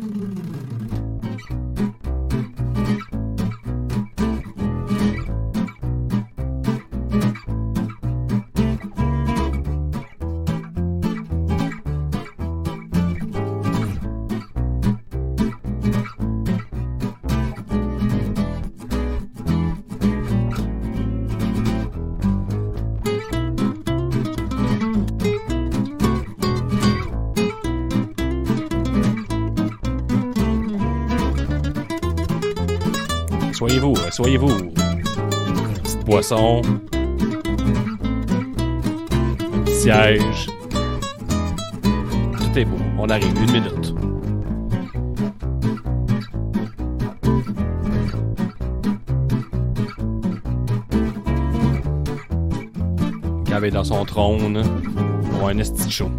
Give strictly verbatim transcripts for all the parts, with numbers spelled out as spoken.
Soyez-vous, soyez-vous. Petite boisson. Siège. Tout est beau. On arrive. Une minute. Gavé dans son trône. Pour un esti chaud.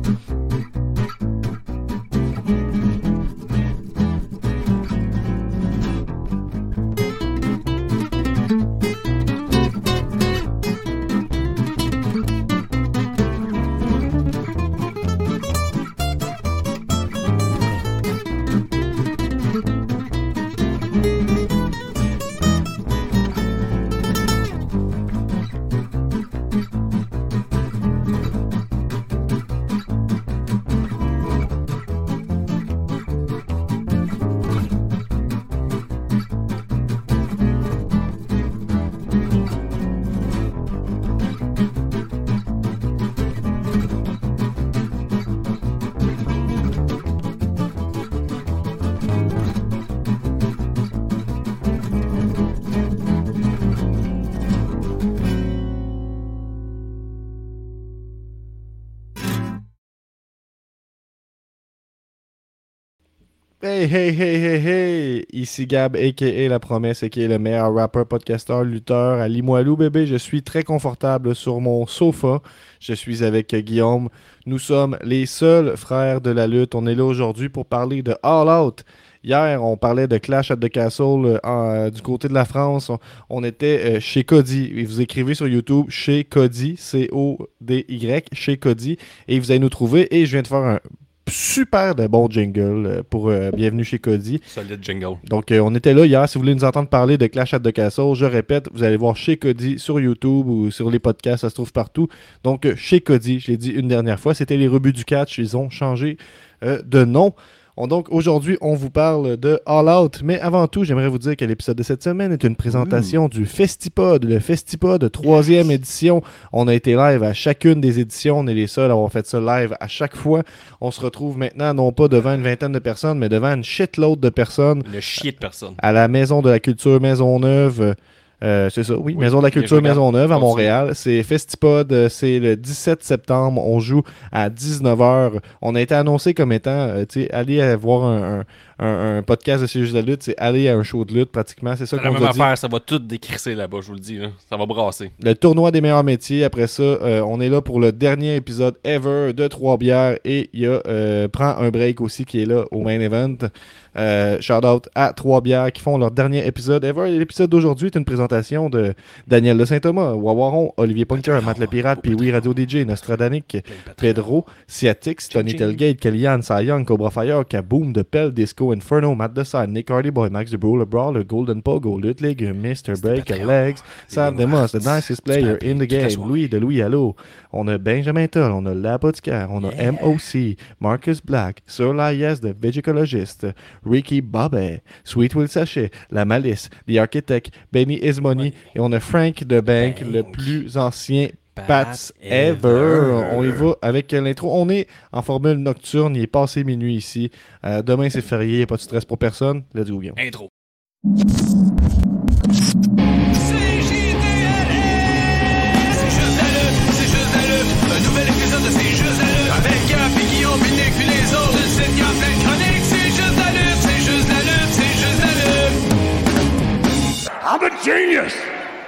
Hey, hey, hey, hey, hey! Ici Gab, a k a. La Promesse, a k a le meilleur rappeur, podcasteur, lutteur à Limoilou, bébé. Je suis très confortable sur mon sofa. Je suis avec Guillaume. Nous sommes les seuls frères de la lutte. On est là aujourd'hui pour parler de All Out. Hier, on parlait de Clash at the Castle euh, en, du côté de la France. On, on était euh, chez Cody. Et vous écrivez sur YouTube chez Cody, C O D Y, chez Cody. Et vous allez nous trouver. Et je viens de faire un super de bon jingle pour euh, Bienvenue chez Cody. Solide jingle. Donc, euh, on était là hier. Si vous voulez nous entendre parler de Clash at the Castle, je répète, vous allez voir chez Cody sur YouTube ou sur les podcasts, ça se trouve partout. Donc, euh, chez Cody, je l'ai dit une dernière fois, c'était les rebuts du catch. Ils ont changé euh, de nom. On, donc, aujourd'hui, on vous parle de All Out. Mais avant tout, j'aimerais vous dire que l'épisode de cette semaine est une présentation mmh. du Festipod. Le Festipod, troisième yes. édition. On a été live à chacune des éditions. On est les seuls à avoir fait ça live à chaque fois. On se retrouve maintenant, non pas devant une vingtaine de personnes, mais devant une shitload de personnes. Le chier de personnes. À la Maison de la Culture Maisonneuve. Euh, c'est ça, oui. oui. Maison de la Culture Maisonneuve à Montréal. C'est Festipod, euh, c'est le dix-sept septembre. On joue à dix-neuf heures. On a été annoncé comme étant, euh, tu sais, aller voir un, un, un, un podcast de C'est juste la lutte, c'est aller à un show de lutte pratiquement. C'est ça c'est qu'on la nous même a dit. affaire, ça va tout décrisser là-bas, je vous le dis. Là. Ça va brasser. Le tournoi des meilleurs métiers. Après ça, euh, on est là pour le dernier épisode ever de Trois Bières. Et il y a euh, Prends un break aussi qui est là au main event. Euh, shout out à Trois Bières qui font leur dernier épisode ever. L'épisode d'aujourd'hui est une présentation de Daniel de Saint-Thomas, Wawaron, Olivier Pointer, Matt le Pirate, puis oui Radio D J, Nostradanic, Pedro, Ciatix, Tony Telgate, Kellyanne, Cy Young, Cobra Fire, Kaboom, The Pell, Disco Inferno, Matt Desai, Nick Hardy Boy, Max the Brawler, Brawler, Golden Pogo, Lutlig, mister Break, Legs, Sam Demos, The Nicest Player in the Game, Louis de Louis Allo. On a Benjamin Toll, on a L'Apothicaire, on a yeah. M O C, Marcus Black, Sir Lies, The Vegicologist, Ricky Bobby, Sweet Will Sachet, La Malice, The Architect, Benny Ismoney, et on a Frank de Bank, Bank. le plus ancien Pats ever. ever. On y va avec l'intro. On est en formule nocturne, il est passé minuit ici. Euh, demain c'est férié, il n'y a pas de stress pour personne. Let's go, Guillaume. Intro. I'm a genius!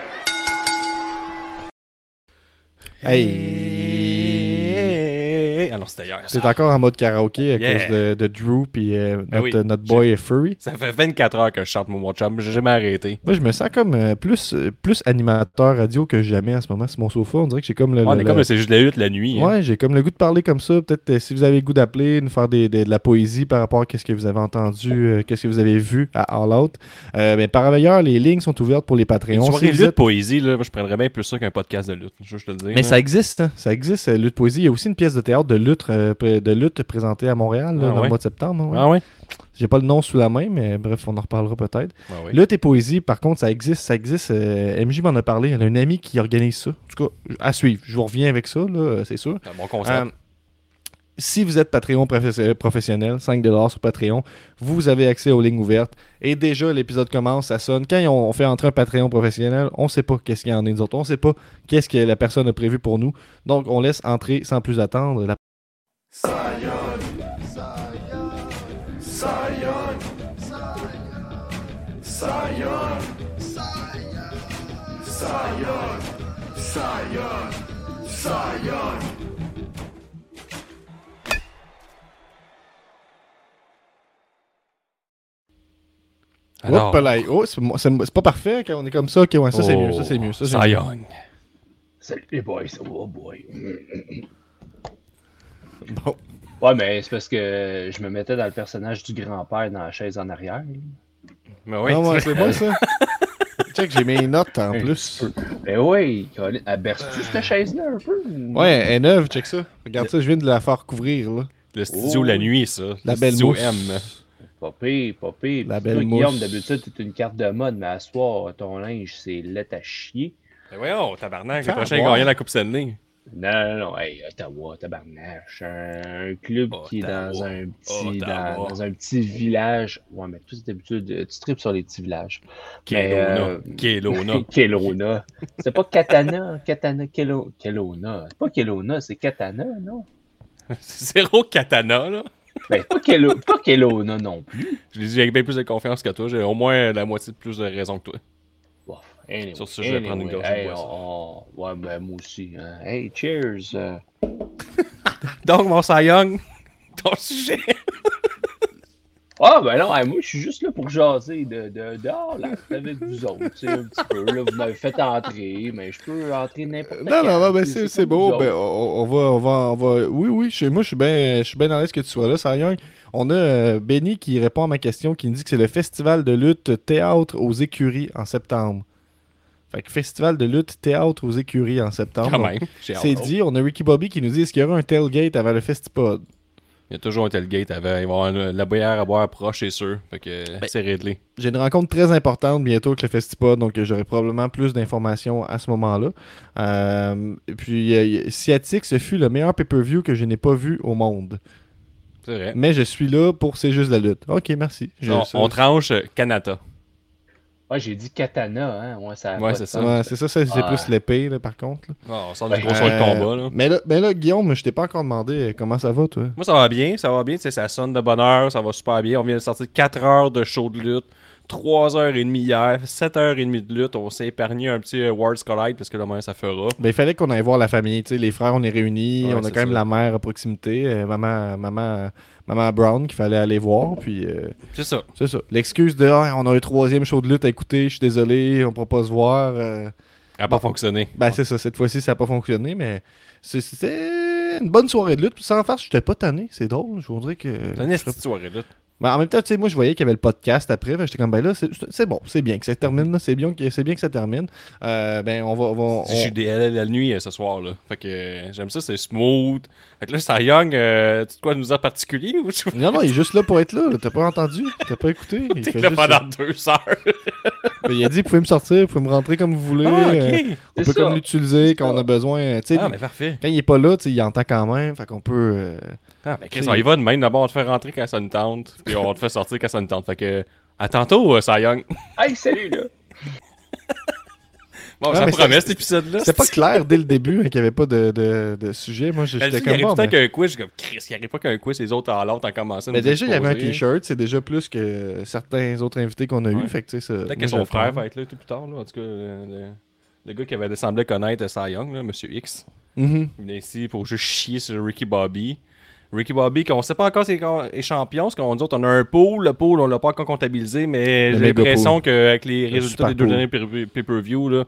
Hey! Ah non, c'était hier. C'est encore en mode karaoké à Yeah. cause de, de Drew puis euh, Ben notre, oui. notre boy Furry. Ça fait vingt-quatre heures que je chante mon chum. J'ai jamais arrêté. Moi, je me sens comme euh, plus, euh, plus animateur radio que jamais en ce moment sur mon sofa. On dirait que j'ai comme le. On le- est le- comme c'est juste la lutte la nuit. hein. Ouais, j'ai comme le goût de parler comme ça. Peut-être euh, si vous avez le goût d'appeler, nous faire des, des- de la poésie par rapport à ce que vous avez entendu, euh, qu'est-ce que vous avez vu à All Out. Euh, mais par ailleurs, les lignes sont ouvertes pour les Une Patreons. soirée Si vous lutte êtes- poésie, là, moi, je prendrais bien plus ça qu'un podcast de lutte. Je veux te le dire. Mais là. ça existe, hein. Ça existe, euh, lutte poésie. Il y a aussi une pièce de théâtre de lutte, euh, pré- de lutte présentée à Montréal là, Ah dans ouais? le mois de septembre. ouais. Ah ouais? J'ai pas le nom sous la main, mais bref, on en reparlera peut-être. Ah oui. Lutte et poésie, par contre, ça existe. Ça existe. euh, M J m'en a parlé. Elle a une amie qui organise ça. En tout cas, à suivre. Je vous reviens avec ça, là, c'est sûr. C'est un bon concept. Euh, si vous êtes Patreon professe- professionnel, cinq dollars sur Patreon, vous avez accès aux lignes ouvertes. Et déjà, l'épisode commence, ça sonne. Quand on on fait entrer un Patreon professionnel, on ne sait pas qu'est-ce qu'il y en a nous autres. On ne sait pas qu'est-ce que la personne a prévu pour nous. Donc, on laisse entrer sans plus attendre la Alors, Hop là. Oh, c'est mo- c'est c'est pas parfait quand on est comme ça. Ok, ouais, ça c'est oh, mieux. Ça c'est mieux. Ça, c'est Cy mieux. Young. Salut les boys, oh boy. Bon. Ouais, mais c'est parce que je me mettais dans le personnage du grand-père dans la chaise en arrière. Mais oui, Ah ouais, tu- c'est bon ça. Check, j'ai mes notes en plus. Ben oui, Colin, elle berce-tu cette chaise-là un peu? Ouais, elle est neuve, check ça. Regarde ça, je viens de la faire couvrir là. le studio Oh. la nuit, ça. La le belle studio mousse. M. Pas pire, pas pire. La Puis belle toi, Guillaume, mousse. d'habitude, t'es une carte de mode, mais à soir, ton linge, c'est laid à chier. Ben voyons, tabarnak, Fais le prochain avoir. gagnant de la Coupe Stanley. Non, non, non, hey, Ottawa, tabarnache, un club qui est dans Ottawa. un petit Ottawa. dans, dans un petit village. Ouais, mais toi, c'est d'habitude, euh, tu tripes sur les petits villages. Mais, Kelowna. euh, Kelowna. Kelowna. C'est pas Katana, Katana, Kelo- Kelowna. C'est pas Kelowna, c'est Katana, non? Zéro katana, là. Ben, pas, Kelo, pas Kelowna non plus. Je l'ai dit avec bien plus de confiance que toi. J'ai au moins la moitié de plus de raison que toi. Bon, anyway, Sur ce, je vais anyway, prendre une gorgée de hey, boisson. on- on- Ouais, ben moi aussi. hein. Hey, cheers. euh. Donc, mon Cy Young, ton sujet. Ah, ben non, hey, moi, je suis juste là pour jaser de, de, dehors, là, avec vous autres, tu sais, un petit peu. Là, vous m'avez fait entrer, mais je peux entrer n'importe Non, quand, non, non, ben tu sais, c'est, c'est comme beau. vous Ben, autres. on, on va, on, va, on va. Oui, oui, chez moi, je suis bien je suis bien dans l'aise que tu sois là, Cy Young. On a euh, Benny qui répond à ma question, qui me dit que c'est le festival de lutte théâtre aux écuries en septembre. Fait que festival de lutte théâtre aux écuries en septembre. Quand même. J'ai hâte. C'est dit, on a Ricky Bobby qui nous dit est-ce qu'il y aura un tailgate avant le Festipod? Il y a toujours un tailgate. Il va y avoir une- la bière à boire proche, c'est sûr. Fait que Ben, c'est réglé. J'ai une rencontre très importante bientôt avec le Festipod, donc euh, j'aurai probablement plus d'informations à ce moment-là. Euh, et puis, euh, Sciatique, ce fut le meilleur pay-per-view que je n'ai pas vu au monde. C'est vrai. Mais je suis là pour C'est juste la lutte. Ok, merci. Je- on, ça- on tranche euh, Kanata. Ouais, j'ai dit katana, hein. Ouais, ça a Ouais, pas c'est de ça. sens. Ouais, c'est ça, c'est, c'est Ouais. plus l'épée, là, par contre. là. Oh, on sort du Ouais. gros son de Euh, combat. Là. Mais là, mais là, Guillaume, je t'ai pas encore demandé euh, comment ça va, toi. Moi, ça va bien. Ça va bien. Tu sais, ça sonne de bonne heure. Ça va super bien. On vient de sortir quatre heures de show de lutte. trois heures trente hier. sept heures trente de lutte. On s'est épargné un petit euh, Worlds Collide parce que là, ça fera. Ben, il fallait qu'on aille voir la famille. Tu sais, les frères, on est réunis. Ouais, on a c'est quand même ça. la mère à proximité. euh, maman, maman, maman Brown qu'il fallait aller voir. Puis, euh, C'est ça. c'est ça. L'excuse de ah, on a un troisième show de lutte à écouter. Je suis désolé, on ne pourra pas se voir. euh, Ça n'a pas fonctionné. Ben, c'est ça. Cette fois-ci, ça n'a pas fonctionné. Mais c'est- c'était une bonne soirée de lutte. Puis sans farce, je n'étais pas tanné. C'est drôle. Je voudrais que. C'est une petite soirée de lutte. Mais en même temps, tu sais, moi, je voyais qu'il y avait le podcast après. Fait que J'étais comme, ben là, c'est, c'est bon, c'est bien que ça termine. Là, c'est, bien que, c'est bien que ça termine. Euh, ben, on va. on va- on- Je suis D L L la nuit euh, ce soir là. Fait que euh, j'aime ça, c'est smooth. Fait que là, Cy Young, euh, tu as quoi nous en particulier ou tu Non, non, il est juste là pour être là. là. T'as pas entendu? T'as pas écouté? Il, es fait là juste- pendant deux heures? Ben, il a dit, vous pouvez me sortir, vous pouvez me rentrer comme vous voulez. Ah, euh, ok. on C'est peut ça. comme l'utiliser C'est quand ça. on a besoin. Tu sais, Ah, mais parfait. quand il est pas là, tu sais, il entend quand même. Fait qu'on peut. euh, Ah, mais Chris, C'est- on y va de même. D'abord, on te fait rentrer quand ça nous tente. Puis on te fait sortir quand ça nous tente. Fait que, à tantôt, euh, Cy Young. Hey, salut, là. Bon, Ouais, ça mais promet c'est- cet épisode-là. C'était pas clair dès le début hein, qu'il n'y avait pas de, de, de sujet. Moi, je- Elle dit, j'étais il arrive comme tout le bon. temps mais- qu'un quiz. Je suis comme, Chris, il arrive pas qu'un quiz, les autres en l'autre en commençant. à Mais nous déjà, il y avait un exposer. t-shirt. C'est déjà plus que certains autres invités qu'on a Ouais. eu. Fait que, tu sais, ça- Peut-être moi, que je son le frère prends. va être là tout plus tard. Là. En tout cas, le, le- le gars qui avait semblé connaître Cy Young, là, Monsieur X. Mm-hmm. Il est ici pour juste chier sur Ricky Bobby. Ricky Bobby, qu'on ne sait pas encore si est champion, parce qu'on dit on a un pool, le pool, on l'a pas encore comptabilisé, mais Le j'ai méga l'impression pool. qu'avec les Le résultats super des deux pool. derniers pay- pay-per-view, là,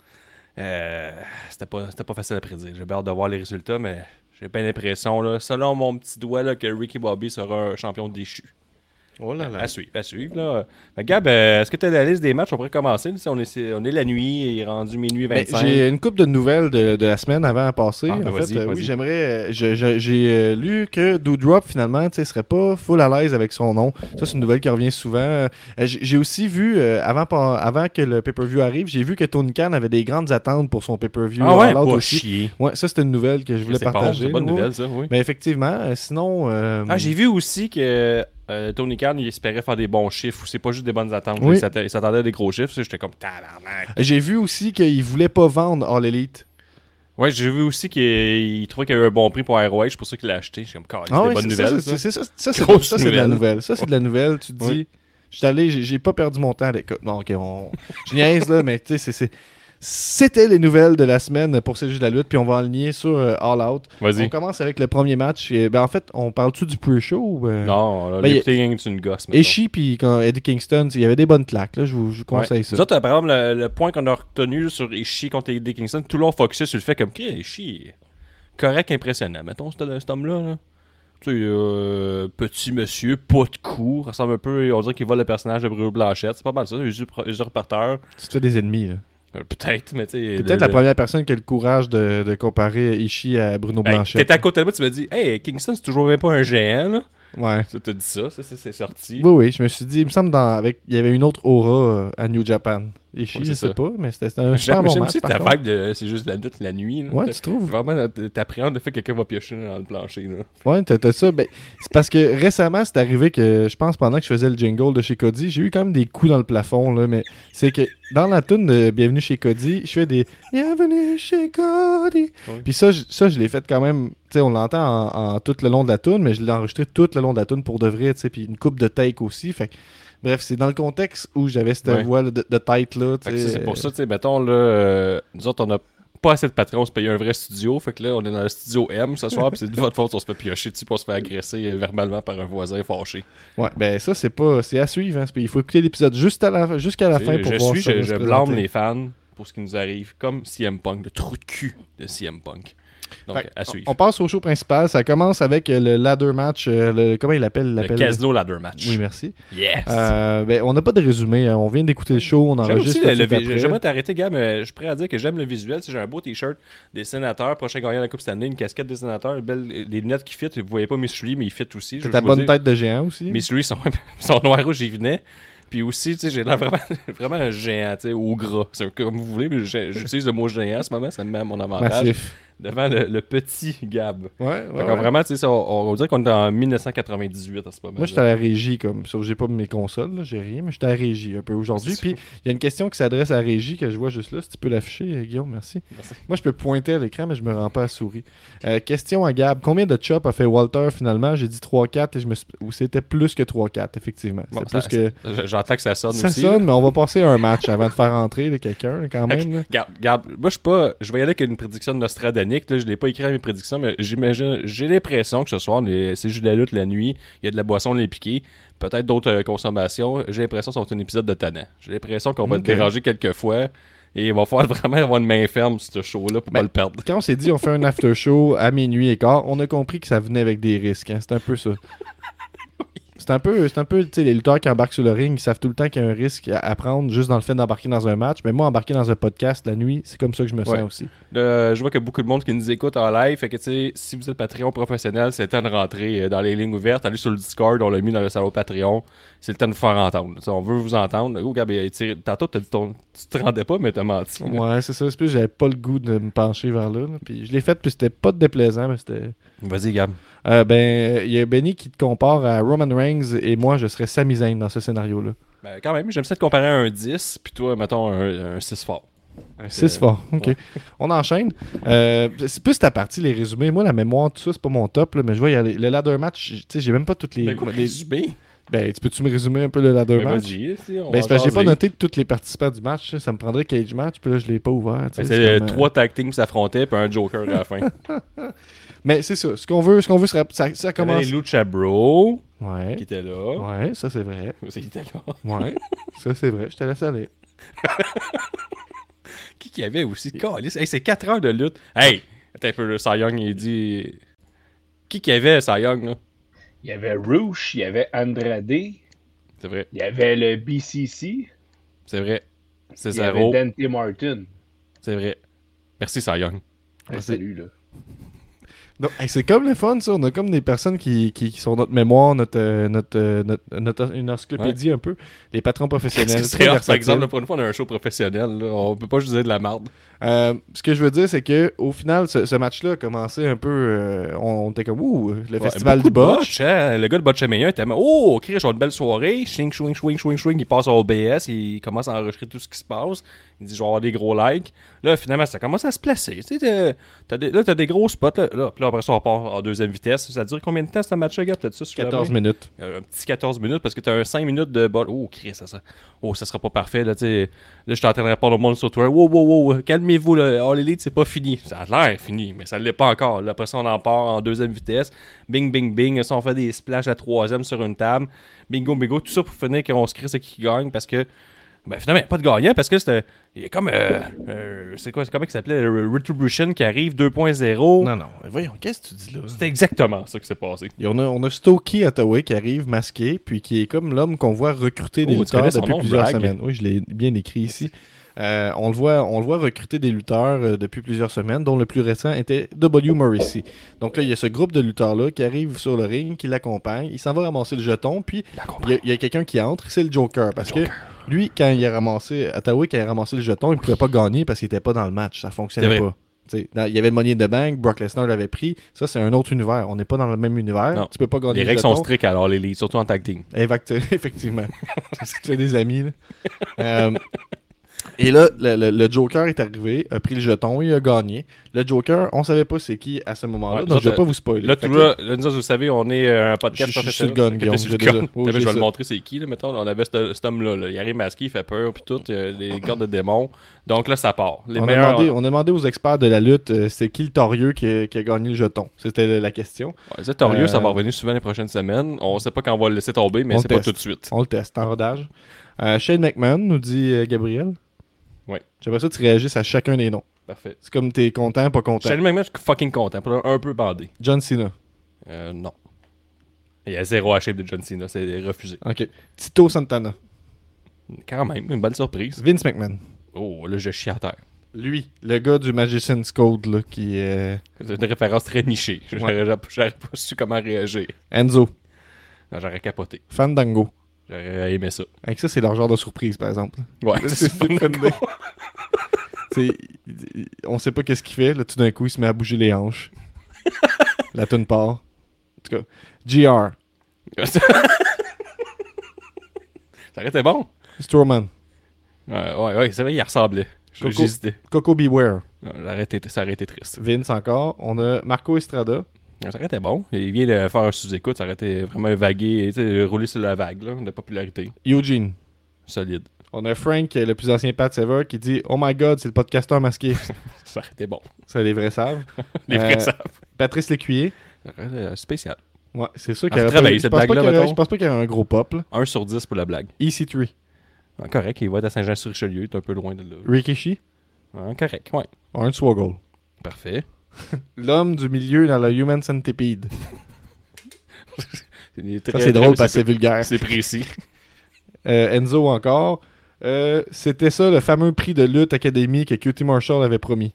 euh, c'était pas, c'était pas facile à prédire. J'ai hâte de voir les résultats, mais j'ai pas l'impression, là, selon mon petit doigt, là, que Ricky Bobby sera un champion déchu. Oh là là. À suivre, à suivre. Là. Fait que, Gab, euh, est-ce que tu as la liste des matchs? On pourrait commencer. Là, si on, est, on est la nuit, il est rendu minuit Ben, vingt-cinq. j'ai une couple de nouvelles de, de la semaine avant à passer. Ah, ben en vas-y, fait, euh, vas-y. oui, j'aimerais. euh, je- je- j'ai euh, lu que Doudrop, finalement, tu sais, serait pas full à l'aise avec son nom. Ça, c'est une nouvelle qui revient souvent. Euh, j'ai j'ai aussi vu, euh, avant, par- avant que le pay-per-view arrive, j'ai vu que Tony Khan avait des grandes attentes pour son pay-per-view. Ah ouais, All Out pas aussi. chier. Ouais, ça, c'était une nouvelle que je voulais C'est bon, partager. c'est une bonne là, nouvelle, ouais. ça, oui. Mais effectivement, euh, sinon. euh, Ah, j'ai vu aussi que euh, Tony Khan, il espérait faire des bons chiffres. C'est pas juste des bonnes attentes. Oui. Il s'atta- il s'attendait à des gros chiffres. Ça, j'étais comme tabarnak. J'ai vu aussi qu'il voulait pas vendre All Elite. Ouais, j'ai vu aussi qu'il il trouvait qu'il y avait un bon prix pour R O H. C'est pour ça qu'il l'a acheté. J'étais comme, c'est Ah des oui, bonnes c'est- nouvelles. ça, Ça, c'est- c'est ça, ça, c'est Grosse ça, c'est de la nouvelle. nouvelle. Ça, c'est de la nouvelle. Tu te dis, Oui. je suis allé, j'ai j'ai pas perdu mon temps à l'école. Non, ok, on... je niaise là, mais tu sais, c'est- c'est- c'était les nouvelles de la semaine pour C'est juste de la lutte, puis on va aligner sur euh, All Out. Vas-y. On commence avec le premier match. Et, ben, en fait, on parle-tu du pre-show ou, euh, Non, là, Ben, le lifting, c'est une gosse. mettons. Ishii puis quand Eddie Kingston, il y avait des bonnes claques. Là, je vous, je vous conseille Ouais. ça. Nous autres, par exemple, le, le point qu'on a retenu sur Ishii contre Eddie Kingston, tout le long focusé sur le fait comme, okay, Ishii est correct, impressionnant. Mettons, cet, cet homme-là, là. Tu sais, euh, petit monsieur, pas de cou, ressemble un peu, on dirait qu'il vole le personnage de Bruno Blanchette. C'est pas mal ça, les usurpateurs. Tu te fais des ennemis. là. Euh, Peut-être, mais tu sais. T'es le- peut-être la le- première personne qui a le courage de, de comparer Ishii à Bruno Hey, Blanchette. T'étais à côté de moi, tu m'as dit, hey, Kingston, c'est toujours même pas un géant, là. Ouais. Tu t'as dit ça, ça, ça, c'est sorti. Oui, oui, je me suis dit, il me semble dans, avec, il y avait une autre aura euh, à New Japan. Ishii, Ouais, je c'est sais ça. pas, mais c'était c'était un super J'aime bon j'aime match. aussi par ta contre. vibe de c'est juste la nuit, la nuit. Là. Ouais, tu trouves? Vraiment, t'appréhendes le fait que quelqu'un va piocher dans le plancher. Là. Ouais, t'as t'as ça. Ben, c'est parce que récemment, c'est arrivé que je pense pendant que je faisais le jingle de chez Cody, j'ai eu quand même des coups dans le plafond, là, mais c'est que dans la tune de Bienvenue chez Cody, je fais des Bienvenue chez Cody. Ouais. Puis ça, je- ça, je l'ai fait quand même, tu sais, on l'entend en, en tout le long de la tune, mais je l'ai enregistré tout le long de la tune pour de vrai, tu sais, puis une coupe de take aussi. Fait que, bref, c'est dans le contexte où j'avais cette Ouais. voix là, de, de tête là. tu Fait que sais, ça, c'est pour euh, ça, tu sais, mettons, là, euh, nous autres, on n'a pas assez de patrons, on se paye un vrai studio. Fait que là, on est dans le studio M ce soir, puis c'est de votre faute, on se fait piocher dessus, puis on se fait agresser euh, verbalement par un voisin fâché. Ouais, ben ça, c'est pas. C'est à suivre, hein, c'est- il faut écouter l'épisode juste à la, jusqu'à la Tu fin sais, pour je voir suis, ça je, va je se blâme présenter. les fans pour ce qui nous arrive, comme C M Punk, le trou de cul de C M Punk. Donc, Fait que, à suivre. On passe au show principal. Ça commence avec euh, le ladder match. euh, le, comment il l'appelle il Le l'appelle- Casino Ladder Match. Oui, merci. Yes! Euh, ben, on n'a pas de résumé. hein. On vient d'écouter le show. On J'aime aussi enregistre. le, tout le de suite vi- après. J'aimerais t'arrêter, gars, mais je suis prêt à dire que j'aime le visuel. Si j'ai un beau t-shirt des sénateurs, prochain gagnant de la Coupe Stanley, une casquette des sénateurs, une belle, des lunettes qui fit. Vous voyez pas Miss Lee, mais il fit aussi. C'est ta bonne tête de géant aussi. Miss Lee, son, son noir rouge, j'y venais. Puis aussi, tu sais, j'ai l'air vraiment, vraiment un géant, tu sais, ou gras. C'est comme vous voulez, mais j'ai- j'utilise le mot géant en ce moment, ça me met à mon avantage. Massif. Devant le, le petit Gab. Ouais, ouais. Fait qu'on ouais. vraiment, tu sais, ça, on, on dirait qu'on est en mille neuf cent quatre-vingt-dix-huit à ce moment. Moi, j'étais à la régie, comme sauf que j'ai pas mes consoles, là, j'ai rien, mais j'étais à la régie un peu aujourd'hui. C'est Puis il y a une question qui s'adresse à la régie que je vois juste là. Si tu peux l'afficher, euh, Guillaume, merci. Merci. Moi, je peux pointer à l'écran, mais je me rends pas à la souris. Euh, question à Gab. Combien de chops a fait Walter finalement? J'ai dit trois quatre et je me suis... ou c'était plus que trois quatre, effectivement. Bon, C'était ça- plus que. ça- J'entends que ça sonne Ça aussi. sonne, là. mais on va passer à un match avant de faire entrer là, quelqu'un, là, quand même. là. Garde, garde, moi je suis pas. Je vais y aller avec une prédiction de Nostradanique. Là, je l'ai pas écrit à mes prédictions, mais j'imagine. J'ai l'impression que ce soir, les- c'est juste de la lutte la nuit. Il y a de la boisson les piquer. Peut-être d'autres euh, consommations. J'ai l'impression que ça va être un épisode de tannant. J'ai l'impression qu'on va Ok. te déranger quelques fois. Et il va falloir vraiment avoir une main ferme sur ce show-là pour Ben, pas le perdre. Quand on s'est dit on fait un after show à minuit et quart, on a compris que ça venait avec des risques. hein. C'est un peu ça. C'est un peu, c'est un peu, tu sais, les lutteurs qui embarquent sur le ring, ils savent tout le temps qu'il y a un risque à, à prendre juste dans le fait d'embarquer dans un match. Mais moi, embarquer dans un podcast la nuit, c'est comme ça que je me sens Ouais. aussi. Euh, je vois qu'il y a beaucoup de monde qui nous écoute en live. Fait que, tu sais, si vous êtes Patreon professionnel, c'est le temps de rentrer euh, dans les lignes ouvertes. Allez sur le Discord, on l'a mis dans le salon Patreon. C'est le temps de vous faire entendre. Tu sais, on veut vous entendre. Oh, Gab, il tire- tantôt, t'as dit ton... tu te rendais pas, mais t'as menti. là. Ouais, c'est ça. C'est plus, j'avais pas le goût de me pencher vers là. là. Puis je l'ai fait, puis c'était pas déplaisant, mais c'était. Vas-y, Gab. Euh, ben, il y a Benny qui te compare à Roman Reigns et moi, je serais Sami Zayn dans ce scénario-là. Ben, quand même, j'aime ça te comparer à un dix, puis toi, mettons un, un six fort. six fort. OK. ouais. On enchaîne. Euh, c'est plus ta partie, les résumés. Moi, la mémoire, tout ça, c'est pas mon top, là, mais je vois, il y a les- le ladder match, tu sais, j'ai même pas toutes les. Mais quoi, les- résumé? Ben, tu peux-tu me résumer un peu le ladder Ben, match? vas-y, si, on Ben, va c'est parce que j'ai pas jaser. noté tous les participants du match. Ça me prendrait cage match, puis là, je l'ai pas ouvert. tu sais, Ben, c'est c'est comme, euh, trois tag teams qui s'affrontaient, puis un Joker à la fin. Mais c'est ça. Ce qu'on veut, ce qu'on veut, ça, ça, ça Il y avait commence. les Lucha Bros Ouais. qui étaient là. Ouais, ça c'est vrai. Ils étaient là. Ouais, ça c'est vrai. Je te laisse aller. Qui qu'il y avait aussi? Calisse. Hey, c'est quatre heures de lutte. Hey! Attends un peu, le Cy Young, il dit... Qui qu'il y avait, Cy Young, là? Il y avait Roosh, il y avait Andrade, il C'est vrai. y avait le B C C, C'est vrai. C'est il y avait zéro. Dante Martin. C'est vrai. Merci, Cy Young. Hey, Merci. salut, là. Donc, hey, c'est comme le fun, ça. On a comme des personnes qui, qui, qui sont notre mémoire, notre, euh, notre, euh, notre, notre- une encyclopédie un peu. Les patrons professionnels. C'est très rare, par versatiles. exemple, là, pour une fois, on a un show professionnel. Là. On peut pas juste dire de la merde. Euh, ce que je veux dire, c'est que au final, ce, ce match-là a commencé un peu. euh, on, on était comme, ouh, le Ouais, festival beaucoup du de botch. botch, hein. Le gars de Botchamania était oh, Chris, on a une belle soirée. Swing, swing, swing, swing, swing. Il passe au O B S, il commence à enregistrer tout ce qui se passe. Il dit, je vais avoir des gros likes. Là, finalement, ça commence à se placer. Tu sais, t'as- t'as des, là, t'as des gros spots. Là. Là, puis là, après ça, on part en deuxième vitesse. Ça dure combien de temps, ce match-là, gars? Peut-être ça, sur la quatorze main? minutes. Euh, un petit quatorze minutes parce que t'as un cinq minutes de bol. Oh, Chris, ça, ça. Oh, ça sera pas parfait. Là, tu sais. Là, je suis en train de répondre au monde sur Twitter. Wow, wow, wow, calmez-vous. Là. All Elite, c'est pas fini. Ça a l'air fini, mais ça l'est pas encore. Là, après ça, on en part en deuxième vitesse. Bing, bing, bing. Ça, on fait des splashs à troisième sur une table. Bingo, bingo. Tout ça pour finir qu'on se crée ce qui gagne parce que. Ben, finalement, il n'y a pas de gagnant parce que c'était. Il y a comme. Euh, euh, c'est quoi? C'est comment il s'appelait? Le Retribution qui arrive deux point zéro. Non, non. Voyons, qu'est-ce que tu dis là? C'était exactement ça qui s'est passé. Et on a, on a Stokey Hathaway qui arrive masqué, puis qui est comme l'homme qu'on voit recruter des Oh, tu lutteurs connais son depuis nom, plusieurs Bragg? semaines. Oui, je l'ai bien écrit ici. Euh, on, le voit, on le voit recruter des lutteurs euh, depuis plusieurs semaines, dont le plus récent était W. Morrissey. Donc là, il y a ce groupe de lutteurs-là qui arrive sur le ring, qui l'accompagne. Il s'en va ramasser le jeton, puis il y a, il y a quelqu'un qui entre, c'est le Joker. Parce que lui, quand il a ramassé, Hathaway, quand il a ramassé le jeton, il ne pouvait pas gagner parce qu'il n'était pas dans le match. Ça ne fonctionnait C'est vrai. pas. T'sais, dans- il y avait le Money in the Bank, Brock Lesnar l'avait pris. Ça, c'est un autre univers. On n'est pas dans le même univers. Non. Tu peux pas gagner Les le règles jeton. sont strictes alors, les leads, surtout en tag team. Effect- Effectivement. Parce que tu as des amis. Là. Euh, et là, le, le- le Joker est arrivé, a pris le jeton, il a gagné. Le Joker, on savait pas c'est qui à ce moment-là, Ouais, donc ça, je vais t'as- pas vous spoiler. Là, Fait tout que là, là, nous autres, vous savez, on est euh, un podcast Je- je- je suis professionnel. sur le gun, Ok, Guillaume, t'es sur le j'ai déjà- gun. oh, T'as vu, j'ai je vais ça. le montrer c'est qui, là, mettons. On avait ce- cet homme-là, là. Il arrive masqué, il fait peur, puis tout, euh, les cordes de démons. Donc là, ça part. Les on, a meilleurs... demandé, on a demandé aux experts de la lutte, euh, c'est qui le torieux qui a, qui a gagné le jeton. C'était la question. Ouais, c'est torieux, ça va Euh, revenir souvent les prochaines semaines. On sait pas quand on va le laisser tomber, mais On c'est pas teste. tout de suite. On le teste en rodage. Euh, Shane McMahon, nous dit euh, Gabriel. Ouais. J'aimerais ça que tu réagisses à chacun des noms. Parfait. C'est comme t'es content, pas content. Shane McMahon, je suis fucking content. Pour un peu bandé. John Cena. Euh, non. Il y a zéro à shape de John Cena, c'est refusé. OK. Tito Santana. Quand même, une bonne surprise. Vince McMahon. Oh, là, je chie à terre. Lui, le gars du Magician's Code, là, qui est... C'est une référence très nichée. J'aurais j'aurais pas su comment réagir. Enzo. Non, J'aurais capoté. Fandango. J'aurais aimé ça. Avec ça, c'est leur genre de surprise, par exemple. Ouais, C'est Fandango. C'est- On sait pas qu'est-ce qu'il fait. Là, tout d'un coup, il se met à bouger les hanches. La toune part. En tout cas, G R. Ça aurait été bon. Strowman. Ouais, ouais, ouais, c'est vrai, il ressemblait. Coco. J'hésitais. Coco Beware. Non, Ça aurait été- ça aurait été triste. Vince encore. On a Marco Estrada. Ça aurait été bon. Il vient de faire un sous-écoute, ça aurait été vraiment vagué, tu sais, rouler sur la vague là, de popularité. Eugene. Solide. On a Frank, le plus ancien Pat Sever, qui dit « Oh my God, c'est le podcasteur masqué. Ça aurait été bon. » Ça, les vrais savent. Les Euh, vrais savent. Patrice Lécuyer. Ça aurait été euh, spécial. Ouais, c'est sûr Ah, qu'il y faut aurait travailler, pas- cette je pense pas blague-là, qu'il y aurait- mettons. Je pense pas qu'il y aurait un gros pop. Là. un sur dix pour la blague. E C trois. Ah, correct, il va être à Saint-Jean-sur-Richelieu, il est un peu loin de là. Rikishi. Ah, correct, ouais. Orange Swoggle. Parfait. L'homme du milieu dans la Human Centipede. C'est Ça, très- c'est très- drôle parce que c'est vulgaire. C'est précis. Euh, Enzo encore. Euh, C'était ça le fameux prix de lutte Académie que Q T Marshall avait promis.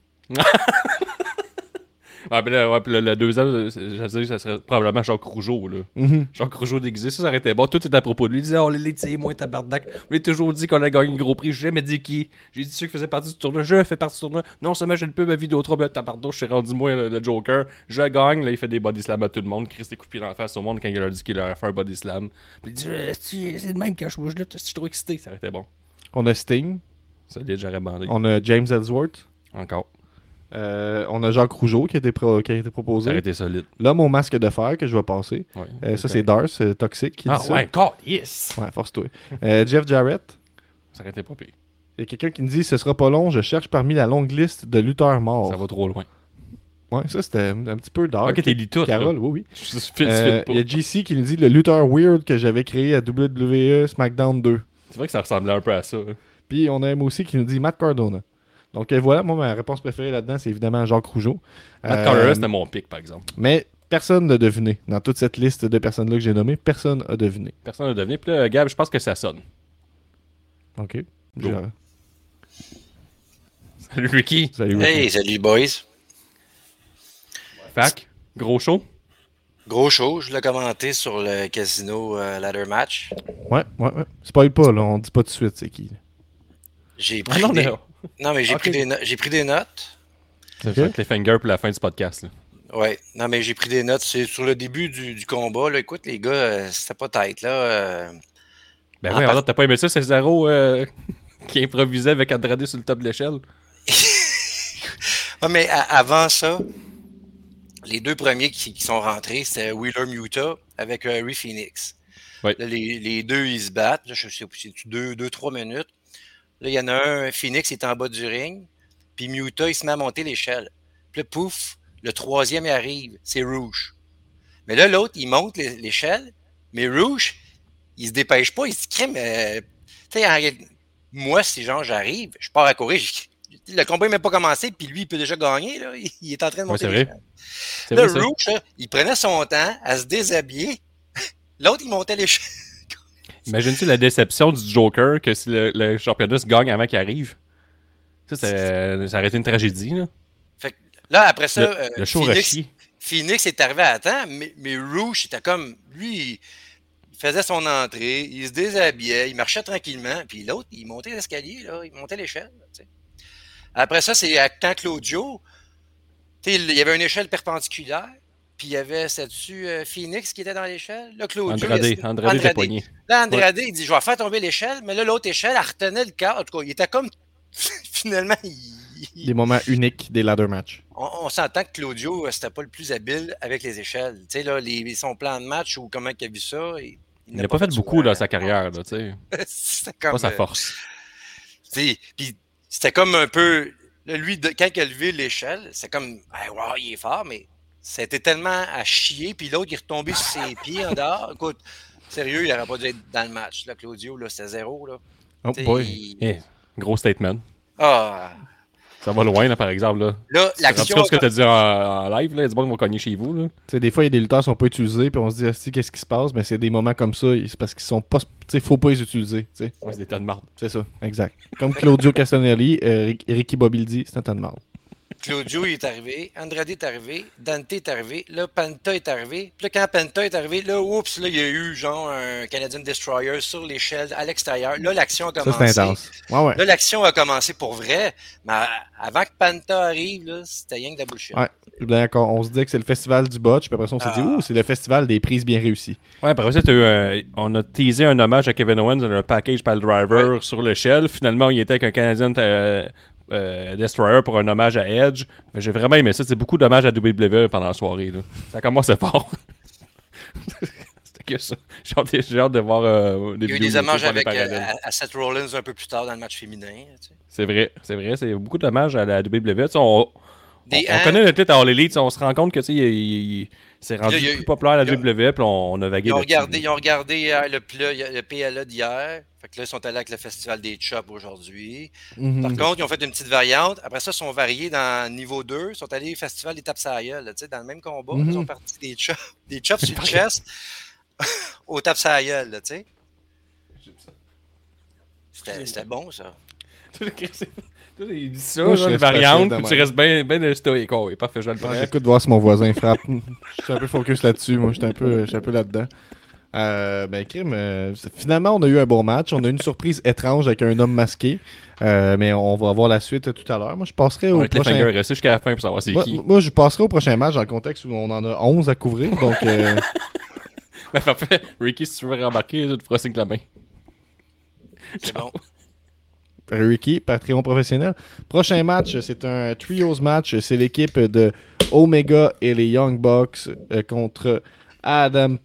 Ah, puis là, ouais, puis le, le deuxième, je veux dire, ça serait probablement Jacques Rougeau, là. Mhm. Jacques Rougeau déguisé, ça, ça aurait été bon. Tout est à propos de lui. Il disait, oh, les laitiers, moi, tabarnak. On a toujours dit qu'on a gagné le gros prix. J'ai jamais dit qui. J'ai dit ceux qui faisaient partie du tournoi. Je fais partie du tournoi. Non seulement j'ai le pub à vidéo trop, mais tabarnak, je suis rendu, moi, le, le Joker. Je gagne. Là, il fait des body slams à tout le monde. Chris des coups de pied dans la face au monde quand il leur dit qu'il leur a fait un body slam. Puis il dit, Euh, c'est c'est le même quand je bouge là. Je suis trop excité. Ça aurait été bon. On a Sting. Ça, j'aurais bandé. On a James Ellsworth. Encore. Euh, on a Jacques Rougeau qui a été, pro- qui a été Ça proposé. aurait été solide. L'homme au masque de fer que je vais passer. Ouais. Euh, ça, c'est Dars, euh, Toxic, qui Ah dit ça. ouais, God, yes! Ouais, force-toi. Euh, Jeff Jarrett. Ça aurait été pas pire. Il y a quelqu'un qui me dit ce sera pas long, je cherche parmi la longue liste de lutteurs morts. Ça va trop loin. Ouais, ça c'était un, un petit peu dark. Ok, t'es lit tout, là. Carole, oui, oui. Je suis fit, Euh, fit pas. Il y a G C qui nous dit le lutteur weird que j'avais créé à W W E SmackDown deux. C'est vrai que ça ressemblait un peu à ça. hein. Puis on a M aussi qui nous dit Matt Cardona. Donc euh, voilà, moi ma réponse préférée là-dedans, c'est évidemment Jacques Rougeau. Matt Euh, Cardona, c'était mon pick, par exemple. Mais personne n'a deviné. Dans toute cette liste de personnes-là que j'ai nommées, personne n'a deviné. Personne n'a deviné. Puis là, Gab, je pense que ça sonne. OK. Go. Je- Salut, Ricky. Salut. Ricky. Hey, salut boys. Fac, gros show. Gros show, je l'ai commenté sur le casino euh, ladder match. Ouais, ouais, ouais. Spoil pas, là. On dit pas tout de suite c'est qui. J'ai Ah pris non, des... mais... Non, mais j'ai Ok. pris des no- j'ai pris des notes. C'est Ok. ça, cliffhanger pour la fin du podcast. Là. Ouais, non, mais j'ai pris des notes. C'est sur le début du, du combat. Là. Écoute, les gars, euh, c'était pas tête, là. euh. Ben Ah, ouais, par- alors t'as pas aimé ça, c'est Zaro euh, qui improvisait avec Andrade sur le top de l'échelle. Ouais, mais a- avant ça, les deux premiers qui, qui sont rentrés, c'était Wheeler Muta avec euh, Rey Phoenix. Ouais. Là, les, les deux, ils se battent. Là, je sais pas, c'est deux, deux, trois minutes. Là, il y en a un, Phoenix, il est en bas du ring. Puis Muta, il se met à monter l'échelle. Puis là, pouf, le troisième, il arrive. C'est Rouge. Mais là, l'autre, il monte l'é- l'échelle. Mais Rouge, il se dépêche pas. Il se dit, crème. euh, tu sais, en réalité, moi, si genre, j'arrive, je pars à courir. je- Le combat n'est même pas commencé. Puis lui, il peut déjà gagner. Là. Il, il est en train de Ouais, monter c'est vrai. l'échelle. C'est Là, vrai, ça. Rouge, là, il prenait son temps à se déshabiller. L'autre, il montait l'échelle. Imagine-tu la déception du Joker que si le, le championnat se gagne avant qu'il arrive. Ça, c'est- ça aurait été une tragédie. Là, Fait que là, après ça, le, euh, le show aurait Phoenix, chié. Phoenix est arrivé à temps, mais, mais Rouge, était comme. Lui, il faisait son entrée, il se déshabillait, il marchait tranquillement, puis l'autre, il montait l'escalier, là, il montait l'échelle. là, tu sais. Après ça, c'est à- quand Claudio, tu sais, il y avait une échelle perpendiculaire, puis il y avait, c'est-tu euh, Phoenix qui était dans l'échelle? Là, Claudio. Andrade, il a- Andrade était poigné. Là, Andrade, il dit, je vais faire tomber l'échelle, mais là, l'autre échelle, elle retenait le cadre. En tout cas, il était comme. Finalement, il. Des moments uniques des ladder match. On, on s'entend que Claudio, euh, c'était pas le plus habile avec les échelles. Tu sais, là, les, son plan de match ou comment il a vu ça. Il Il n'a pas fait beaucoup souvent. dans sa carrière. Là, tu sais. C'était comme. Pas sa euh, force. tu sais, puis c'était comme un peu. Là, lui, de- quand il a levé l'échelle, c'est comme. Hey, wow, il est fort, mais c'était tellement à chier. Puis l'autre, il est retombé sur ses pieds en dehors. Écoute, sérieux, il n'aurait pas dû être dans le match. Là, Claudio, là, c'était zéro. Là. Oh Tu sais, boy. il- Eh, gros statement. Ah. Ça va loin, là, par exemple. Là. Là, Tu te rends l'action. compte ce que tu as dit en, en live? Là? Du bon, on va cogner chez vous. Là. Tu sais, des fois, il y a des lutteurs qui sont pas utilisés, puis on se dit, Asti, qu'est-ce qui se passe? Mais c'est des moments comme ça, c'est parce qu'ils sont pas. Tu sais, faut pas les utiliser. tu sais. Ouais, c'est des tas de marde. C'est ça, exact. Comme Claudio Castagnoli, euh, Rick- Ricky Bobildi, c'est un tas de marde. Claudio il est arrivé, Andrade est arrivé, Dante est arrivé, là, Penta est arrivé. Puis là, quand Penta est arrivé, là, oups, là, il y a eu genre un Canadian Destroyer sur l'échelle à l'extérieur. Là, l'action a Ça, commencé. c'est intense. Ouais, ouais. Là, l'action a commencé pour vrai, mais avant que Penta arrive, là, c'était rien que de la bullshit. Ouais. Puis d'accord, on se dit que c'est le festival du botch, puis après ça, on s'est dit, Ah. ouh, c'est le festival des prises bien réussies. Ouais, après ça, t'as eu un- on a teasé un hommage à Kevin Owens dans un package par le driver sur l'échelle. Finalement, il était avec un Canadian euh, euh, Destroyer pour un hommage à Edge. Mais j'ai vraiment aimé ça. C'est beaucoup d'hommages à W W E pendant la soirée. Là. Ça commence fort. C'était que ça. J'ai hâte, j'ai hâte de voir euh, des Il y a eu vidéos des hommages YouTube pour les avec, euh, parallèles. à, à Seth Rollins un peu plus tard dans le match féminin. Tu sais. C'est vrai, c'est vrai. C'est beaucoup d'hommages à la W W E. Tu sais, on, Des on, on hands. connaît le titre à All Elite. Tu sais, on se rend compte que tu sais, il, il- il- c'est rendu Il y a- plus populaire à la il y a- W W E. Puis on, on a vagué Ils ont, là-dessus, regardé, là. ils ont regardé hier le, pla- le P L A d'hier. Fait que là, ils sont allés avec le Festival des Chops aujourd'hui. Mhm. Par contre, ils ont fait une petite variante. Après ça, ils sont variés dans niveau deux. Ils sont allés au Festival des tapes à la gueule, là, tu sais, dans le même combat. Mhm. Ils sont partis des chops, des chops sur le chest aux tapes à la gueule, là, tu sais. C'était c'était bon, ça. Il dit ça, Moi, je genre, les reste facile variantes, de puis tu même. restes bien ben stoïque. Oh, il est parfait, je vais le Ouais, prendre. J'écoute voir si mon voisin frappe. Je suis un peu focus là-dessus, moi. J'étais un peu, j'étais un peu là-dedans. Euh, ben, crime, euh, finalement, on a eu un bon match. On a eu une surprise étrange avec un homme masqué. Euh, mais on va voir la suite tout à l'heure. Moi, je passerai au Ouais, prochain. Cliffhanger est resté jusqu'à la fin pour savoir c'est Moi, qui. moi, je passerai au prochain match dans le contexte où on en a onze à couvrir. Donc, euh, Ben, parfait. Ricky, si tu veux rembarquer, tu te feras signe de la main. C'est bon. Ricky, Patreon professionnel. Prochain match, c'est un trios match. C'est l'équipe de Omega et les Young Bucks euh, contre Adam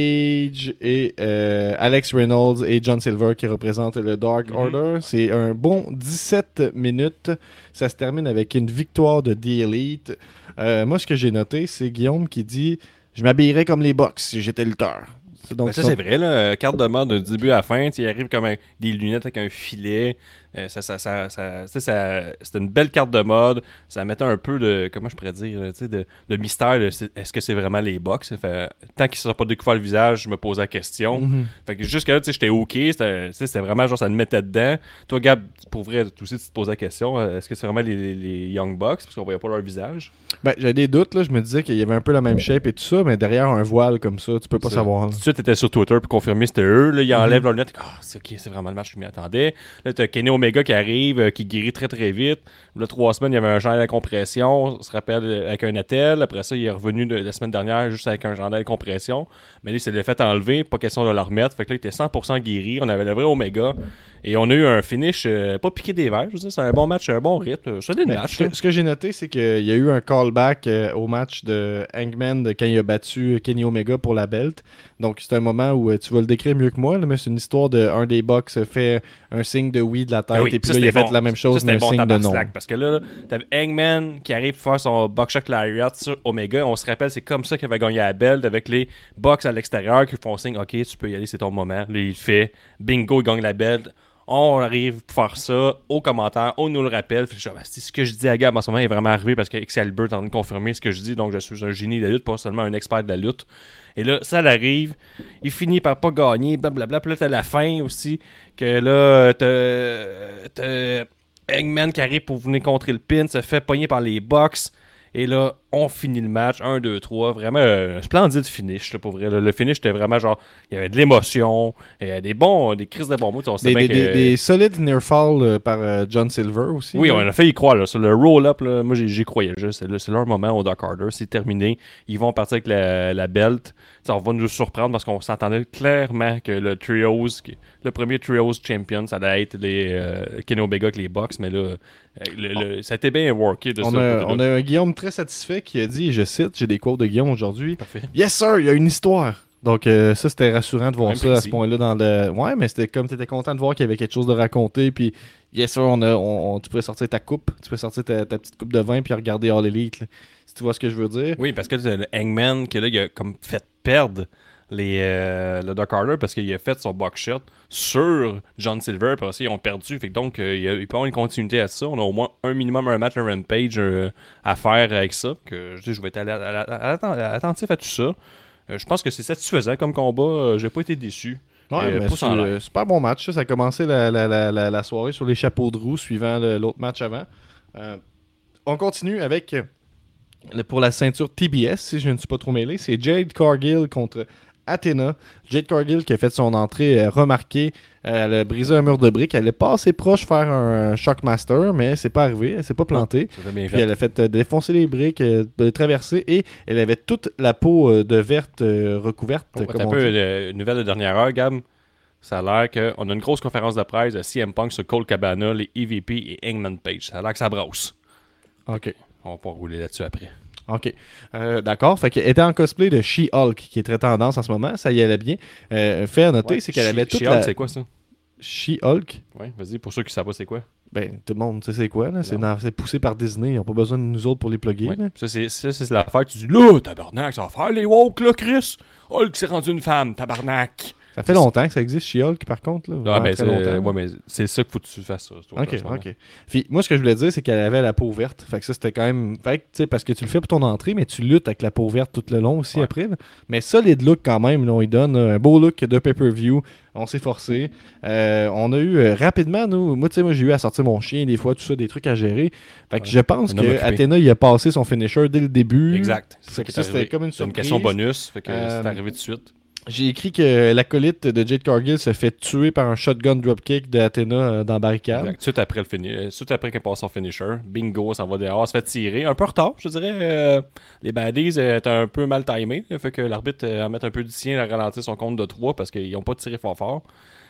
Page et euh, Alex Reynolds et John Silver qui représentent le Dark Mm-hmm. Order. C'est un bon dix-sept minutes. Ça se termine avec une victoire de The Elite. Euh, moi, ce que j'ai noté, c'est Guillaume qui dit « Je m'habillerais comme les Bucks si j'étais lutteur ». Donc, Ben, ça, ils sont- c'est vrai, là. Carte de mode de début à la fin. Il arrive comme un- des lunettes avec un filet. Euh, ça, ça, ça, ça, tu sais, ça- c'était une belle carte de mode. Ça mettait un peu de, comment je pourrais dire, tu sais, de, de mystère. de c'est- Est-ce que c'est vraiment les Bucks? Fait, tant qu'ils ne sont pas découvert le visage, je me posais la question. Mhm. Fait que jusque là, tu sais, j'étais OK. C'était, tu sais, c'était vraiment genre, ça me mettait dedans. Toi, Gab, pour vrai, toi aussi, tu te posais la question. euh, Est-ce que c'est vraiment les, les- les Young Bucks? Parce qu'on voyait pas leur visage. Ben, j'avais des doutes, là. Je me disais qu'il y avait un peu la même shape et tout ça, mais derrière un voile comme ça, tu peux pas Ça. savoir. là. Tout de suite, t'étais sur Twitter pour confirmer c'était eux. Là, ils enlèvent Mhm. leur lunette. Ah, c'est ok, c'est vraiment le match que je m'y attendais. Là, t'as Kenny Omega qui arrive, euh, qui guérit très très vite. Là, trois semaines, il y avait un genre de compression. On se rappelle euh, avec un attel. Après ça, il est revenu de- la semaine dernière juste avec un genre de compression. Mais là, il s'est le fait enlever. Pas question de le remettre. Fait que là, il était cent pour cent guéri. On avait le vrai Omega. Et on a eu un finish euh, pas piqué des verres. Je veux dire, c'est un bon match, un bon rythme. C'est des Mais matchs. ce que, ce que j'ai noté, c'est qu'il y a eu un callback euh, au match de Hangman de quand il a battu Kenny Omega pour la belt. Donc, c'est un moment où euh, tu vas le décrire mieux que moi, là, mais c'est une histoire de un des Bucks fait un signe de oui de la tête Ah oui, et puis ça, là, il a c'était fait bon. la même chose, Ça, mais un c'était bon signe de non. tabarnak, parce que là, t'avais Hangman qui arrive pour faire son Buckshot Lariat sur Omega. On se rappelle, c'est comme ça qu'il avait gagné la belt avec les Bucks à l'extérieur qui font signe, OK, tu peux y aller, c'est ton moment. Là, il fait, bingo, il gagne la belt. On arrive pour faire ça au commentaire, on nous le rappelle. Fait que je dis, ah, c'est ce que je dis à Gab en ce moment est vraiment arrivé parce qu'Excalibur est en train de confirmer ce que je dis, donc je suis un génie de la lutte, pas seulement un expert de la lutte. Et là, ça l'arrive, il finit par pas gagner, blablabla. Puis là, t'as la fin aussi, que là, t'as, t'as Hangman qui arrive pour venir contrer le pin, se fait pogner par les Bucks. Et là, on finit le match, un, deux, trois. Vraiment, un splendide finish, là, pour vrai. Là. Le finish était vraiment genre, il y avait de l'émotion, il y avait des bons, des crises de bons mots. On sait Des, bien des, que- des- des solides near fall euh, par euh, John Silver aussi. Oui, là. on a fait y croire. Là. Sur le roll-up, là, moi, j'y, j'y croyais juste. C'est, là, c'est leur moment au Dark Order. C'est terminé. Ils vont partir avec la, la belt. Ça va nous surprendre parce qu'on s'entendait clairement que le Trios, qui- le premier Trios Champion, ça allait être les euh, Kenny Omega avec les Bucks. Mais là, euh, le, le- ça a été bien worké de On ça. a, côté-là. on a un Guillaume très satisfait qui a dit, je cite, j'ai des quotes de Guillaume aujourd'hui, Parfait. Yes sir, il y a une histoire. Donc euh, ça c'était rassurant de voir Même ça à précis. ce point-là dans le. Ouais, mais c'était comme tu étais content de voir qu'il y avait quelque chose de raconter. Puis yes sir, on a, on, on- tu peux sortir ta coupe, tu peux sortir ta, ta petite coupe de vin puis regarder All Elite. Là. Si tu vois ce que je veux dire. Oui, parce que c'est le Hangman, que là, il a comme fait perdre les, euh, le Dark Order parce qu'il a fait son buckshot sur John Silver, puis aussi ils ont perdu. Fait que donc, euh, il, y a, il peut y avoir une continuité à ça. On a au moins un minimum un match, un Rampage euh, à faire avec ça. Que, je, dis, je vais être à la- à la- à la- attentif à tout ça. Euh, je pense que c'est satisfaisant comme combat. Euh, j'ai pas été déçu. Ouais, Euh, mais pouce c'est en l'air. euh, super bon match. Ça, ça a commencé la, la, la, la, la soirée sur les chapeaux de roue suivant le- l'autre match avant. Euh, on continue avec euh, le- pour la ceinture T B S, si je ne suis pas trop mêlé. C'est Jade Cargill contre Athena. Jade Cargill qui a fait son entrée euh, remarquée. Euh, elle a brisé un mur de briques. Elle est pas assez proche de faire un Shockmaster, mais c'est pas arrivé. Elle s'est pas plantée. Ça fait bien Puis fait. elle a fait euh, défoncer les briques, euh, de traverser et elle avait toute la peau euh, de verte euh, recouverte. Oh, comme t'as un on peu dit. euh, une nouvelle de dernière heure, Gab. Ça a l'air qu'on a une grosse conférence de presse de C M Punk sur Cole Cabana, les E V P et Hangman Page. Ça a l'air que ça brosse. Ok. On va pas rouler là-dessus après. OK. Euh, D'accord. Fait qu'elle était en cosplay de She-Hulk, qui est très tendance en ce moment. Ça y allait bien. Euh, fait à noter, Ouais, c'est qu'elle She- avait toute She-Hulk, la... c'est quoi ça? She-Hulk? Ouais, vas-y, pour ceux qui savent pas c'est quoi. Ben, tout le monde sait c'est quoi, là. C'est, Non. dans- c'est poussé par Disney. Ils n'ont pas besoin de nous autres pour les plugger, Ouais. là. Ça, c'est, ça, c'est l'affaire. Tu dis, là, tabarnak, ça va faire les woke, là, Chris. Hulk s'est rendu une femme, tabarnak. Ça fait longtemps que ça existe, She-Hulk, par contre, là. Ah, Vraiment ben, très c'est, longtemps. ouais, mais c'est ça qu'il faut que tu fasses, ça. toi, Ok, en ce moment. ok. Puis moi, ce que je voulais dire, c'est qu'elle avait la peau verte. Fait que ça, c'était quand même. Fait que, tu sais, parce que tu le fais pour ton entrée, mais tu luttes avec la peau verte tout le long aussi Ouais. après. là. Mais solide look quand même. Là, on lui donne un beau look de pay-per-view. On s'est forcé. Euh, on a eu euh, rapidement, nous. Moi, tu sais, moi, j'ai eu à sortir mon chien, des fois, tout ça, des trucs à gérer. Fait que Ouais. je pense Un homme que occupé. Athéna, il a passé son finisher dès le début. Exact. C'est Fait ça que qui est ça, c'était arrivé. comme une C'est une surprise. question bonus, fait que Euh, c'est arrivé tout de suite. J'ai écrit que l'acolyte de Jade Cargill se fait tuer par un shotgun dropkick de Athéna euh, dans Barricade. Exact. Tout de suite après le fini, euh, tout de suite après qu'elle passe son finisher, bingo, ça va dehors, se fait tirer. Un peu en retard, je dirais. euh, les baddies euh, étaient un peu mal timés. Fait que l'arbitre euh, en met un peu du sien à ralentir son compte de trois parce qu'ils n'ont pas tiré fort fort.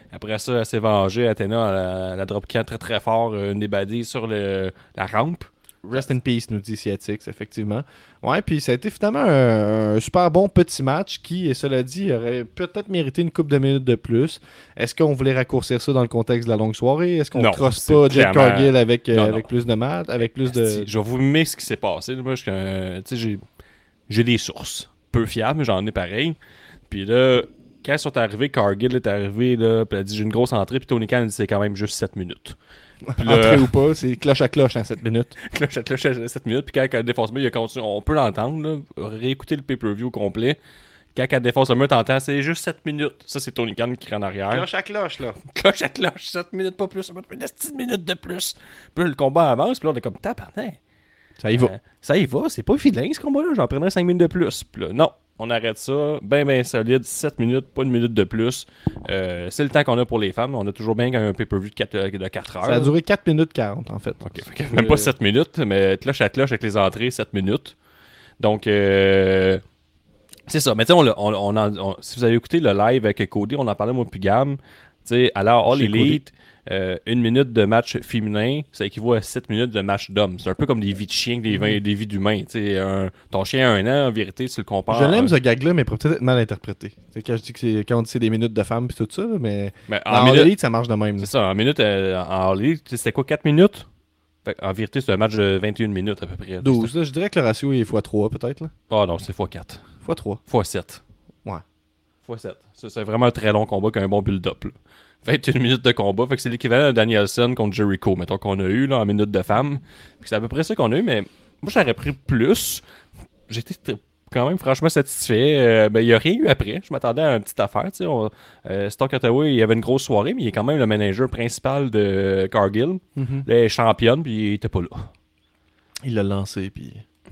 Après ça, elle s'est vengée. Athena, elle a, elle a dropkick très très fort, une des baddies sur le, la rampe. Rest in peace, nous dit Ciatix, effectivement. Ouais, puis ça a été finalement un, un super bon petit match qui, cela dit, aurait peut-être mérité une couple de minutes de plus. Est-ce qu'on voulait raccourcir ça dans le contexte de la longue soirée? Est-ce qu'on ne crosse pas Jade clairement... Cargill avec, euh, non, avec non. plus de matchs, avec plus de... Je vais vous mettre ce qui s'est passé. Moi, je, euh, j'ai, j'ai des sources. Peu fiables, mais j'en ai pareil. Puis là, quand ils sont arrivés, Cargill est arrivé, là, puis elle a dit j'ai une grosse entrée, puis Tony Khan a dit c'est quand même juste sept minutes. Puis là, entrée ou pas, c'est cloche à cloche en sept minutes. Cloche à cloche à sept minutes, puis quand elle défonce le mur, il a continué. On peut l'entendre, là, réécouter le pay-per-view complet. Quand elle défonce le mur, t'entends c'est juste sept minutes. Ça, c'est Tony Khan qui est en arrière. Cloche à cloche, là. Cloche à cloche, sept minutes, pas plus. Ça va être dix minutes de plus. Puis là, le combat avance, puis là, on est comme tabarnak. Ça y va. Euh, ça y va, c'est pas vilain ce combat-là, j'en prendrais cinq minutes de plus. Puis là, non, on arrête ça, ben ben solide, sept minutes, pas une minute de plus. Euh, c'est le temps qu'on a pour les femmes, on a toujours bien un pay-per-view de quatre, de quatre heures. Ça a duré quatre minutes quarante, en fait. Ok, okay. Même pas sept minutes, mais cloche à cloche avec les entrées, sept minutes. Donc, euh, c'est ça. Mais tu sais, on, on, on, on, si vous avez écouté le live avec Cody, on en parlait, moi, puis Gam. Tu sais, alors, All Elite, euh, une minute de match féminin, ça équivaut à sept minutes de match d'homme. C'est un peu comme des vies de chiens, des, mm-hmm. des vies d'humains. Tu sais, un, ton chien a un an, en vérité, tu le compares. Je l'aime, ce gag-là, mais peut-être être mal interprété. C'est quand je dis que c'est quand on dit c'est des minutes de femmes et tout ça, mais, mais en, en minute, All Elite, ça marche de même. C'est ça, en minute, euh, en All Elite, c'était quoi, quatre minutes? Fait, en vérité, c'est un match de vingt et une minutes à peu près. douze, là, je dirais que le ratio est fois trois peut-être. Ah oh, non, c'est fois quatre. fois trois. fois sept. Ouais. fois sept. Ça, c'est vraiment un très long combat qu'un bon build-up. Là. vingt et une minutes de combat. Fait que c'est l'équivalent de Danielson contre Jericho, mettons qu'on a eu là, en minutes de femme. C'est à peu près ça qu'on a eu, mais moi j'aurais pris plus. J'étais quand même franchement satisfait. Euh, ben, il n'y a rien eu après. Je m'attendais à une petite affaire. On, euh, Stark Hathaway, il y avait une grosse soirée, mais il est quand même le manager principal de Cargill. Mm-hmm. Là, elle est championne, puis il était pas là. Il l'a lancé, puis...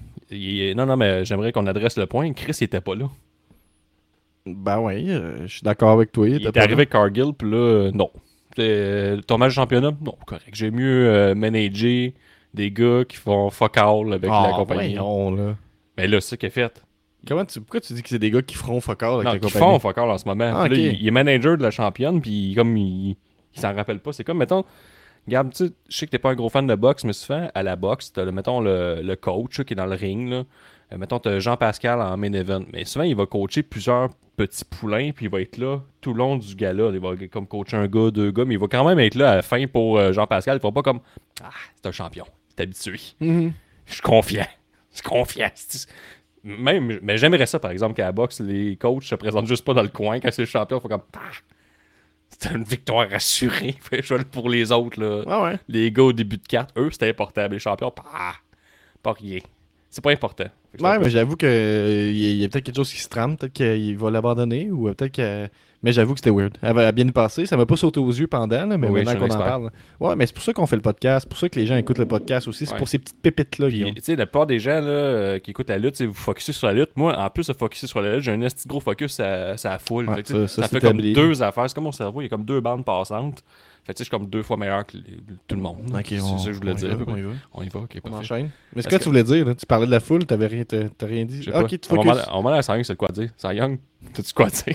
Il, non, non, mais j'aimerais qu'on adresse le point. Chris, il était pas là. Ben oui, euh, je suis d'accord avec toi. Il, il est arrivé avec Cargill, puis là, euh, non. Euh, ton match de championnat, non, correct. J'ai mieux euh, manager des gars qui font fuck all avec oh, la compagnie. Voyons, là. Mais là, c'est ça qu'il a fait. Comment tu, pourquoi tu dis que c'est des gars qui feront fuck all avec non, la compagnie? Ils font fuck all en ce moment. Ah, là, okay. il, il est manager de la championne, puis comme il, il s'en rappelle pas, c'est comme, mettons, regarde, tu sais, je sais que t'es pas un gros fan de boxe, mais souvent, à la boxe, t'as, mettons, le, le coach là, qui est dans le ring, là. Euh, mettons, t'as Jean-Pascal en main event, mais souvent, il va coacher plusieurs petits poulains, puis il va être là tout le long du gala. Il va comme coacher un gars, deux gars, mais il va quand même être là à la fin pour euh, Jean-Pascal. Il ne va pas comme « Ah, c'est un champion, c'est habitué. Mm-hmm. Je suis confiant. Je suis confiant. » Même, mais j'aimerais ça, par exemple, qu'à la boxe, les coachs se présentent juste pas dans le coin. Quand c'est le champion, il faut comme ah, c'est une victoire assurée. Pour les autres, là, ah ouais. Les gars au début de carte, eux, c'était important. Les champions, ah, pas rien. C'est pas important. Ouais, mais j'avoue qu'il euh, y, y a peut-être quelque chose qui se trame. Peut-être qu'il va l'abandonner. Ou euh, peut-être que. Mais j'avoue que c'était weird. Elle a bien passé. Ça m'a pas sauté aux yeux pendant, là, mais oui, maintenant qu'on en parle. Ouais, mais c'est pour ça qu'on fait le podcast. C'est pour ça que les gens écoutent le podcast aussi. C'est ouais. pour ces petites pépites-là. Tu sais, la plupart des gens là, euh, qui écoutent la lutte, vous focussez sur la lutte. Moi, en plus de focuser sur la lutte, j'ai un petit gros focus à, à la foule. Ouais, fait, ça, ça, ça fait établi. Comme deux affaires. C'est comme mon cerveau, il y a comme deux bandes passantes. Fait que je suis comme deux fois meilleur que les, tout le monde. Okay, c'est on, ça que je voulais on dire. Y va, on y va. On y va, ok, on enchaîne. Mais c'est quoi que tu voulais dire? Là? Tu parlais de la foule, t'avais rien, t'as, t'as rien dit. Ah, ok, tu focus. On m'a l'air Cy Young, c'est de quoi dire. Cy Young, t'as-tu quoi dire?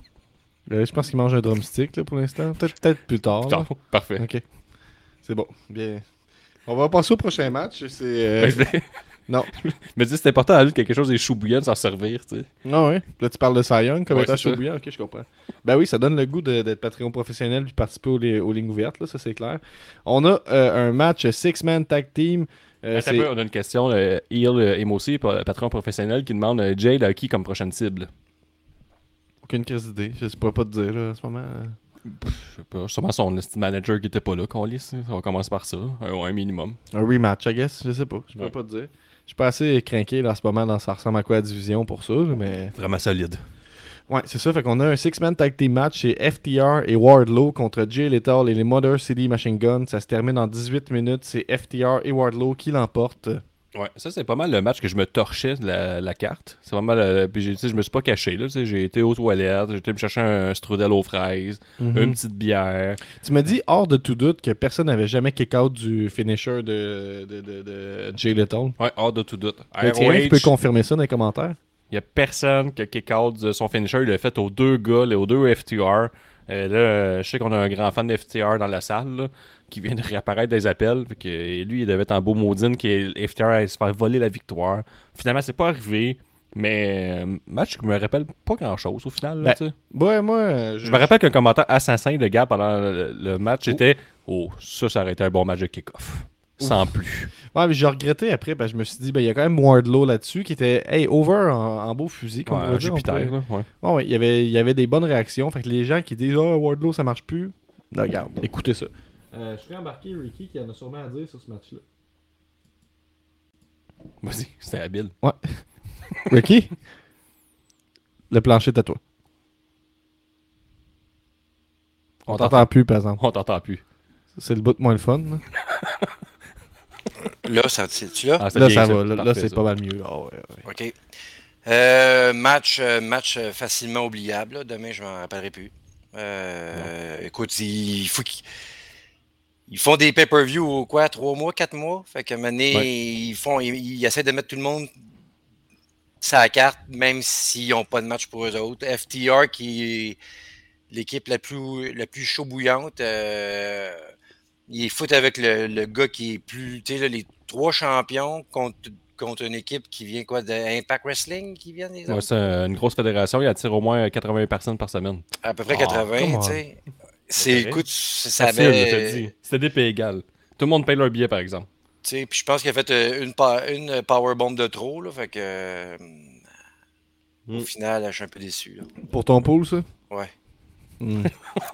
Là, je pense qu'il mange un drumstick là, pour l'instant. Peut-être, peut-être plus tard. Plus tard. Parfait. Ok. C'est bon. Bien. On va passer au prochain match. C'est. Euh... non. Mais dis, c'est important à lui quelque chose des choux bouillants de s'en servir, tu sais. Ah ouais. Là, tu parles de Cy Young comme ouais, étant choux bouillant. Ok, je comprends. Ben oui, ça donne le goût de, d'être Patreon professionnel et de participer aux, aux lignes ouvertes, là, ça c'est clair. On a euh, un match six-man tag team. Euh, peu, on a une question, le Heel euh, Emosi, patron professionnel, qui demande euh, Jade à qui comme prochaine cible? Aucune crise d'idée. Je ne pourrais pas te dire là, en ce moment. Pff, je sais pas. Sûrement son manager qui était pas là, qu'on lisse. On commence par ça. Un, un minimum. Un rematch, I guess. Je sais pas. Je pourrais ouais. pas te dire. Je suis pas assez craqué là, en ce moment dans ça ressemble à quoi la division pour ça. Mais... Vraiment solide. Ouais, c'est ça. Fait qu'on a un six-man tag team match chez F T R et Wardlow contre Jay Lethal et les Motor City Machine Gun. Ça se termine en dix-huit minutes. C'est F T R et Wardlow qui l'emportent. Ouais, ça c'est pas mal le match que je me torchais de la, la carte. C'est pas mal. Euh, puis j'ai, je me suis pas caché là. J'ai été aux toilettes, j'ai été me chercher un strudel aux fraises, mm-hmm. une petite bière. Tu m'as dit hors de tout doute que personne n'avait jamais kick out du finisher de, de, de, de Jay Lethal. Ouais, hors de tout doute. Tu peux confirmer ça dans les commentaires? Il y a personne qui a kick out de son finisher. Il l'a fait aux deux gars, aux deux F T R. Euh, là, euh, je sais qu'on a un grand fan de F T R dans la salle là, qui vient de réapparaître des appels. Fait que, et lui, il devait être en beau maudine que F T R allait se faire voler la victoire. Finalement, c'est pas arrivé. Mais euh, match qui me rappelle pas grand-chose au final. Là, Ben, tu sais. Ouais, moi. euh, Je me rappelle qu'un commentaire assassin de gars pendant le, le match était « Oh, ça, ça aurait été un bon match de kick-off. » Sans plus. Ouais, mais j'ai regretté après, parce que je me suis dit, ben, il y a quand même Wardlow là-dessus qui était, hey, over en, en beau fusil, comme on Ouais, va dire, on Jupiter, pourrait- là, ouais. Ouais, ouais, il y avait, il y avait des bonnes réactions. Fait que les gens qui disent, oh, Wardlow, ça marche plus, là, regarde, écoutez ça. Euh, je serais embarqué Ricky qui en a sûrement à dire sur ce match-là. Vas-y, c'était habile. Ricky, le plancher est à toi. On On t'entend plus, par exemple. On t'entend plus. C'est le bout de moins le fun. Là, Là, ça, c'est-tu là? Ah, c'est là bien ça que va. Là, là, parfait, c'est ça. pas mal mieux. Ah, ouais, ouais. OK. Euh, match, euh, match euh, facilement oubliable. Là. Demain, je m'en rappellerai plus. Euh, écoute, il faut qu'ils ils font des pay-per-view au quoi, trois mois, quatre mois. Fait qu'à un moment donné, Ouais. ils font, ils, ils essaient de mettre tout le monde sur la carte, même s'ils n'ont pas de match pour eux autres. F T R, qui est l'équipe la plus, la plus chaud bouillante, euh, ils foutent avec le, le gars qui est plus, tu sais, là, les trois champions contre contre une équipe qui vient quoi, de Impact Wrestling, qui vient des Ouais, autres? c'est une grosse fédération. Il attire au moins quatre-vingts personnes par semaine. À peu près Ah, quatre-vingts, come on. tu sais. C'est, correct. écoute, ça Facile, je te avait... dis. C'était des pays égal. Tout le monde paye leur billet, par exemple. Tu sais, puis je pense qu'il a fait euh, une, pa- une powerbomb de trop, là, fait que... euh, Mm. Au final, je suis un peu déçu, là. Pour ton pool, ça? Ouais. Hmm.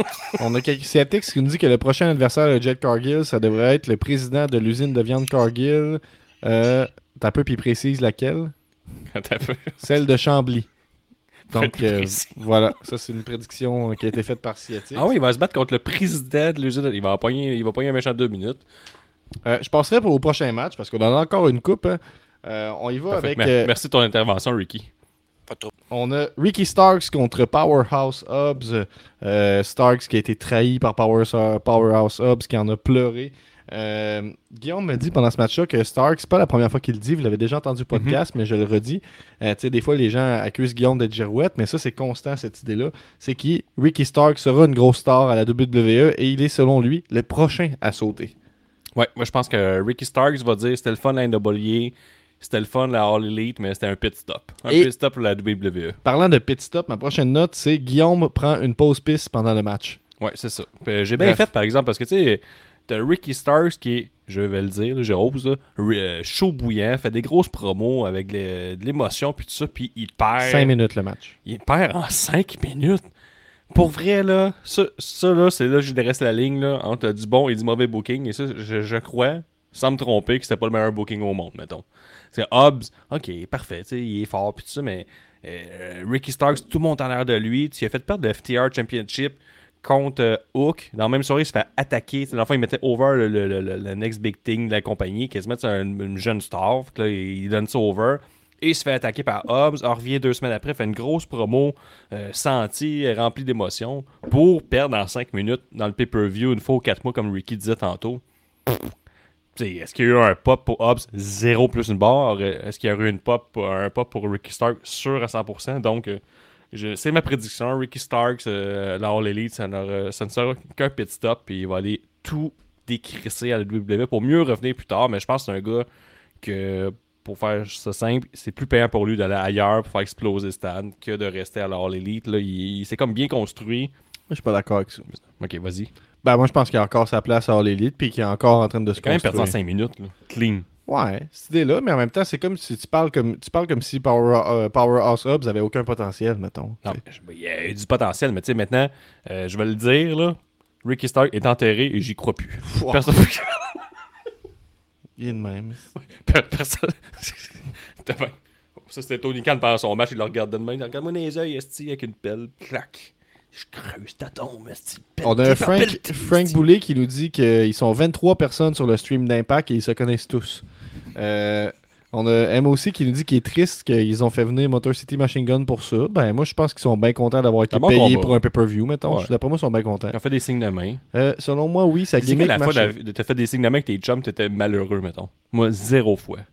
On a quelques sceptiques qui nous dit que le prochain adversaire de Jet Cargill, ça devrait être le président de l'usine de viande Cargill. Euh, T'as un peu, puis il précise laquelle. Attends un peu. Celle de Chambly. Faut Donc, être euh, précis. voilà. Ça, c'est une prédiction qui a été faite par Sciatic. Ah oui, il va se battre contre le président de l'usine. Il va en pogner, il va pogner un méchant deux minutes. Euh, je passerai pour au prochain match parce qu'on en a encore une coupe. Hein. Euh, on y va Parfait. avec. Mer- euh, Merci de ton intervention, Ricky. Pas trop. On a Ricky Starks contre Powerhouse Hobbs. Euh, Starks qui a été trahi par Power, Powerhouse Hobbs, qui en a pleuré. Euh, Guillaume me dit pendant ce match-là que Starks, c'est pas la première fois qu'il le dit, vous l'avez déjà entendu au podcast, mais je le redis. Euh, tu sais, des fois, les gens accusent Guillaume d'être girouette, mais ça, c'est constant, cette idée-là. C'est que Ricky Starks sera une grosse star à la W W E et il est, selon lui, le prochain à sauter. Ouais, moi je pense que Ricky Starks va dire c'était le fun la N W A, c'était le fun la All Elite, mais c'était un pit stop. Un Et- pit stop pour la W W E. Parlant de pit stop, ma prochaine note, c'est Guillaume prend une pause piste pendant le match. Ouais, c'est ça. Puis, j'ai bien Bref. fait, par exemple, parce que tu sais, t'as Ricky Starks qui est, je vais le dire, là, j'ose, là, ri- euh, chaud bouillant, fait des grosses promos avec le- de l'émotion, puis tout ça, puis il perd. Cinq minutes le match. Il perd en cinq minutes. Pour vrai, là, ça, ça là, c'est là que je dresse la ligne là, entre du bon et du mauvais booking. Et ça, je, je crois, sans me tromper, que c'était pas le meilleur booking au monde, mettons. C'est Hobbs, ok, parfait, tu sais, il est fort, puis tout ça, mais euh, Ricky Starks, tout le monde en l'air de lui. Tu as fait perdre le F T R Championship contre euh, Hook. Dans la même soirée, il se fait attaquer. Tu sais, dans le fond, il mettait over le, le, le, le next big thing de la compagnie, quasiment c'est une, une jeune star. Fait que là, il donne ça over. Et il se fait attaquer par Hobbs. On revient deux semaines après, fait une grosse promo euh, sentie, remplie d'émotions, pour perdre en cinq minutes dans le pay-per-view une fois ou quatre mois, comme Ricky disait tantôt. T'sais, est-ce qu'il y a eu un pop pour Hobbs? Zéro plus une barre. Est-ce qu'il y a eu une pop, un pop pour Ricky Stark? Sûr à cent pour cent. Donc, euh, je- c'est ma prédiction. Ricky Starks, euh, la All Elite, ça, n'aura- ça ne sera qu'un pit stop. Puis il va aller tout décrisser à la W W E pour mieux revenir plus tard. Mais je pense que c'est un gars que, pour faire ça simple, c'est plus payant pour lui d'aller ailleurs pour faire exploser le stade que de rester à la All Elite. Là, il, il- c'est comme bien construit. Je suis pas d'accord avec ça. Ok, vas-y. Ben, moi, je pense qu'il a encore sa place à All Elite puis qu'il est encore en train de se C'est quand même perdu construire. en cinq minutes. Là. Clean. Ouais, cette idée-là, mais en même temps, c'est comme si tu parles comme tu parles comme si Power, euh, Powerhouse Hobbs avait aucun potentiel, mettons. Non, tu sais. je- il y a du potentiel, mais tu sais, maintenant, euh, je vais le dire, là, Ricky Stark est enterré et j'y crois plus. Wow. Personne. Il est de même. per- personne. T'as bien- Ça, c'était Tony Khan pendant son match, il le regardait de main. Regarde-moi dans les yeux, esti, avec une pelle. Clac. Je creuse ta tombe, esti. Pelle, On a pelle, un Frank, pelle, pelle, Frank esti. Boulet qui nous dit qu'ils sont vingt-trois personnes sur le stream d'Impact et ils se connaissent tous. Euh, on a M aussi qui nous dit qu'il est triste qu'ils ont fait venir Motor City Machine Gun pour ça. Ben moi je pense qu'ils sont bien contents d'avoir été Un bon payés combat. pour un pay-per-view, mettons. Ouais. D'après moi, ils sont bien contents. Ils ont fait des signes de main. Euh, selon moi, oui, ça C'est quand gimmick la fois marche. de t'as fait des signes de main avec tes chums, t'étais malheureux, mettons. Moi, zéro fois.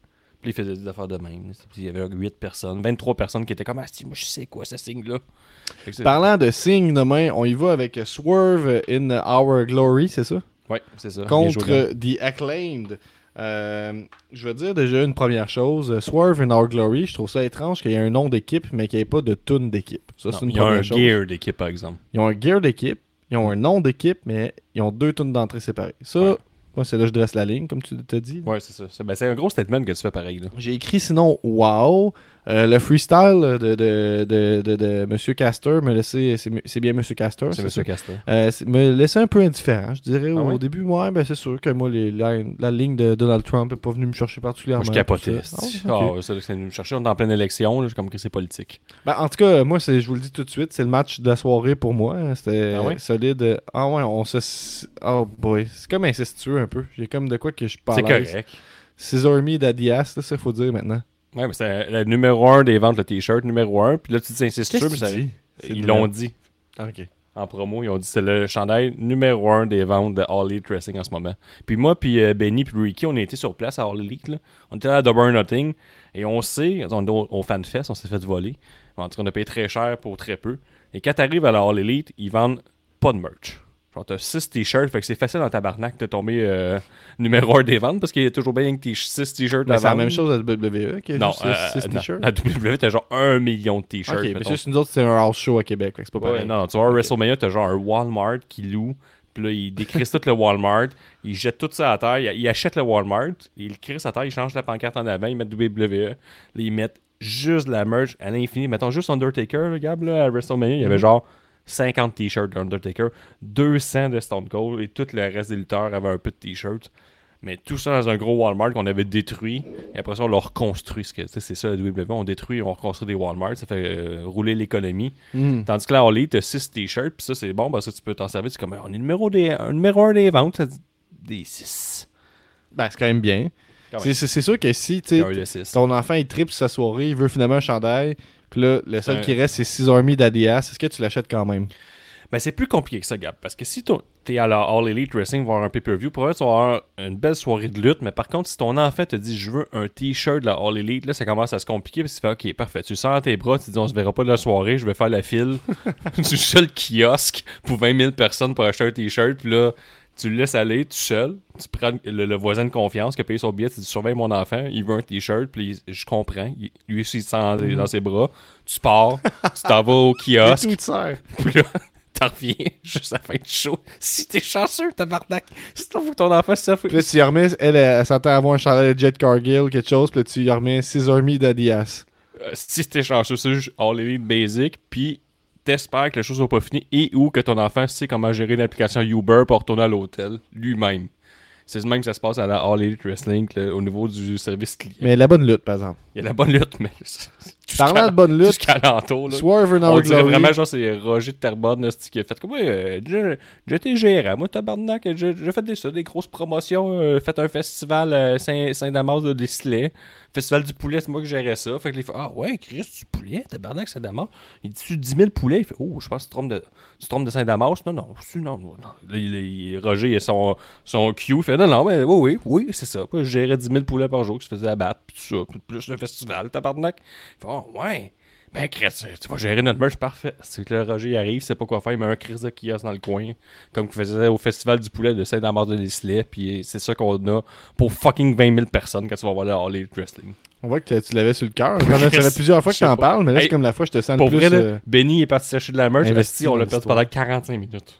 Puis il faisait des affaires de même. Puis il y avait huit personnes, vingt-trois personnes qui étaient comme « Ah, si, moi je sais quoi ce signe-là. » Parlant de signes de main, on y va avec Swerve in Our Glory, c'est ça? Oui, c'est ça. Contre The Acclaimed. Euh, je veux dire déjà une première chose. Swerve in Our Glory, je trouve ça étrange qu'il y ait un nom d'équipe, mais qu'il n'y ait pas de tune d'équipe. Ça, c'est une ils ont première un chose. gear d'équipe, par exemple. Ils ont un gear d'équipe, ils ont un nom d'équipe, mais ils ont deux tunes d'entrée séparées. Ça, Ouais. moi, c'est là que je dresse la ligne, comme tu t'as dit. Ouais, c'est ça. C'est, ben, c'est un gros statement que tu fais pareil. Là. J'ai écrit sinon « Wow ». Euh, le freestyle de, de, de, de, de M. Castor me laissait. C'est, c'est bien M. Castor. C'est ça? M. Castor. Euh, c'est- me laissait un peu indifférent. Je dirais Ah au ouais? début, ouais, ben c'est sûr que moi, les, la, la ligne de Donald Trump n'est pas venue me chercher particulièrement. Moi, je capotais. tout ça. Ah, ok. Ah, ça, c'est nous chercher, on est en pleine élection, là, j'ai comme que c'est politique. Ben, en tout cas, moi, c'est, je vous le dis tout de suite, c'est le match de la soirée pour moi. hein. C'était Ah ouais? solide. Ah ouais, on se. Oh boy. C'est comme incestueux un peu. J'ai comme de quoi que je parle. C'est correct. César Army d'Adias, là, ça, faut dire maintenant. Ouais, mais c'est le numéro un des ventes de t-shirts, numéro un. Puis là, tu dis, c'est sûr, mais ça, dis? ils l'ont dit. Ah, ok. En promo, ils ont dit c'est le chandail numéro un des ventes de All Elite Wrestling en ce moment. Puis moi, puis euh, Benny, puis Ricky, on a été sur place à All Elite. Là. On était à Double or Nothing. Et on sait, on est au, au FanFest, on s'est fait voler. En tout cas, on a payé très cher pour très peu. Et quand t'arrives à la All Elite, ils vendent pas de merch. Genre, t'as six t-shirts, fait que c'est facile dans tabarnak de tomber euh, numéro un des ventes parce qu'il y a toujours bien que six t-shirts Ben, à c'est la vendre. même chose à la W W E qui a Non, juste euh, six non, t-shirts. la W W E, t'as genre un million de t-shirts. Ok, mais mettons. juste nous autres, c'est un house show à Québec, fait que c'est pas Ouais, pareil. non, non, tu vois, à WrestleMania, t'as genre un Walmart qui loue, puis là, il décrisse tout le Walmart, il jette tout ça à terre, il, il achète le Walmart, il le crisse à terre, il change la pancarte en avant, il met W W E, là, ils mettent juste la merch à l'infini. Mettons juste Undertaker, le gars, là, à WrestleMania, il y avait genre cinquante t-shirts d'Undertaker, deux cents de Stone Cold, et tout le reste des lutteurs avaient un peu de t-shirts. Mais tout ça dans un gros Walmart qu'on avait détruit. Et après ça, on l'a reconstruit. Ce que, c'est ça, la W W E. On détruit, on reconstruit des Walmart. Ça fait euh, rouler l'économie. Mm. Tandis que là, All Elite, t'as six t-shirts. Puis ça, c'est bon parce que tu peux t'en servir. C'est comme, on est numéro, des, un numéro un des ventes. Ça dit des six. Ben, c'est quand même bien. Quand C'est, même. c'est, c'est sûr que si tu Il y sais, a un de six. ton enfant il tripe sur sa soirée, il veut finalement un chandail, puis là, le seul Ouais. qui reste, c'est six Army d'Adidas, est-ce que tu l'achètes quand même? Ben, c'est plus compliqué que ça, Gab. Parce que si ton- t'es à la All Elite Wrestling voir un pay-per-view, pour vrai, tu vas avoir une belle soirée de lutte. Mais par contre, si ton enfant te dit je veux un t-shirt de la All Elite, là, ça commence à se compliquer. Parce que tu fais ok, parfait. Tu le sors dans tes bras, tu te dis on se verra pas de la soirée, je vais faire la file du seul kiosque pour vingt mille personnes pour acheter un t-shirt. Puis là, tu le laisses aller tout seul. Tu prends le, le voisin de confiance qui a payé son billet, tu dis surveille mon enfant, il veut un t-shirt. Puis il- je comprends. Il- lui aussi, il se sent dans, dans ses bras. Tu pars, tu t'en vas au kiosque. Tout sert. Puis là, t'en reviens juste à la fin du show. Si t'es chanceux, tabarnak. Si t'en veux ton enfant, ça fait. Puis là, tu y remets, elle, elle, elle s'entend avoir un chandail de Jet Cargill, quelque chose, puis là, tu y remets six Army d'Adidas. Euh, si t'es chanceux, c'est juste All Elite Basic. Puis t'espères que la chose va pas finir et ou que ton enfant sait comment gérer l'application Uber pour retourner à l'hôtel lui-même. C'est le même que ça se passe à la All Elite Wrestling là, au niveau du service client. Mais la bonne lutte, par exemple. Il y a la bonne lutte, mais. tout Parlant jusqu'à- de bonne lutte, Jusqu'à l'entour, là. Swerve in On Our dirait Glory. vraiment, genre, c'est Roger de Terrebonne là, c'est qui a fait comme, ouais, euh, j'ai- j'étais gérant, moi, tabarnak, j'ai j'ai fait des, ça, des grosses promotions, euh, fait un festival euh, Saint- Saint-Damas de Deslay, festival du poulet, c'est moi qui gérais ça. Fait que les fait, ah ouais, Chris, du poulet, tabarnak, Saint-Damas. Il dit, dix mille poulets, il fait, oh, je pense que tu te trompes de, tu te trompes de Saint-Damas. Non, non, c'est- non, non. Là, il- il- Roger, il a son, son Q, il fait, non, non, mais oui, oui, oui, c'est ça. Moi, je gérais dix mille poulets par jour qui se faisaient abattre, puis tout ça, puis plus le festival, tabarnak. Il fait, oh, ouais. Ben, Chris, tu vas gérer notre merch, parfait. C'est que le Roger il arrive, il sait pas quoi faire, il met un Chris de kiosque dans le coin, comme qu'il faisait au Festival du poulet de Saint-Damas de Deslay, puis c'est ça qu'on a pour fucking vingt mille personnes quand tu vas voir le All Elite Wrestling. On voit que tu l'avais sur le cœur. Ça fait plusieurs fois que tu en parles, mais là, Hey, c'est comme la fois que je te sens Pour le plus... vrai, là, euh, Benny est parti chercher de la merch, investi esti, on dans l'a perdu l'histoire. pendant quarante-cinq minutes.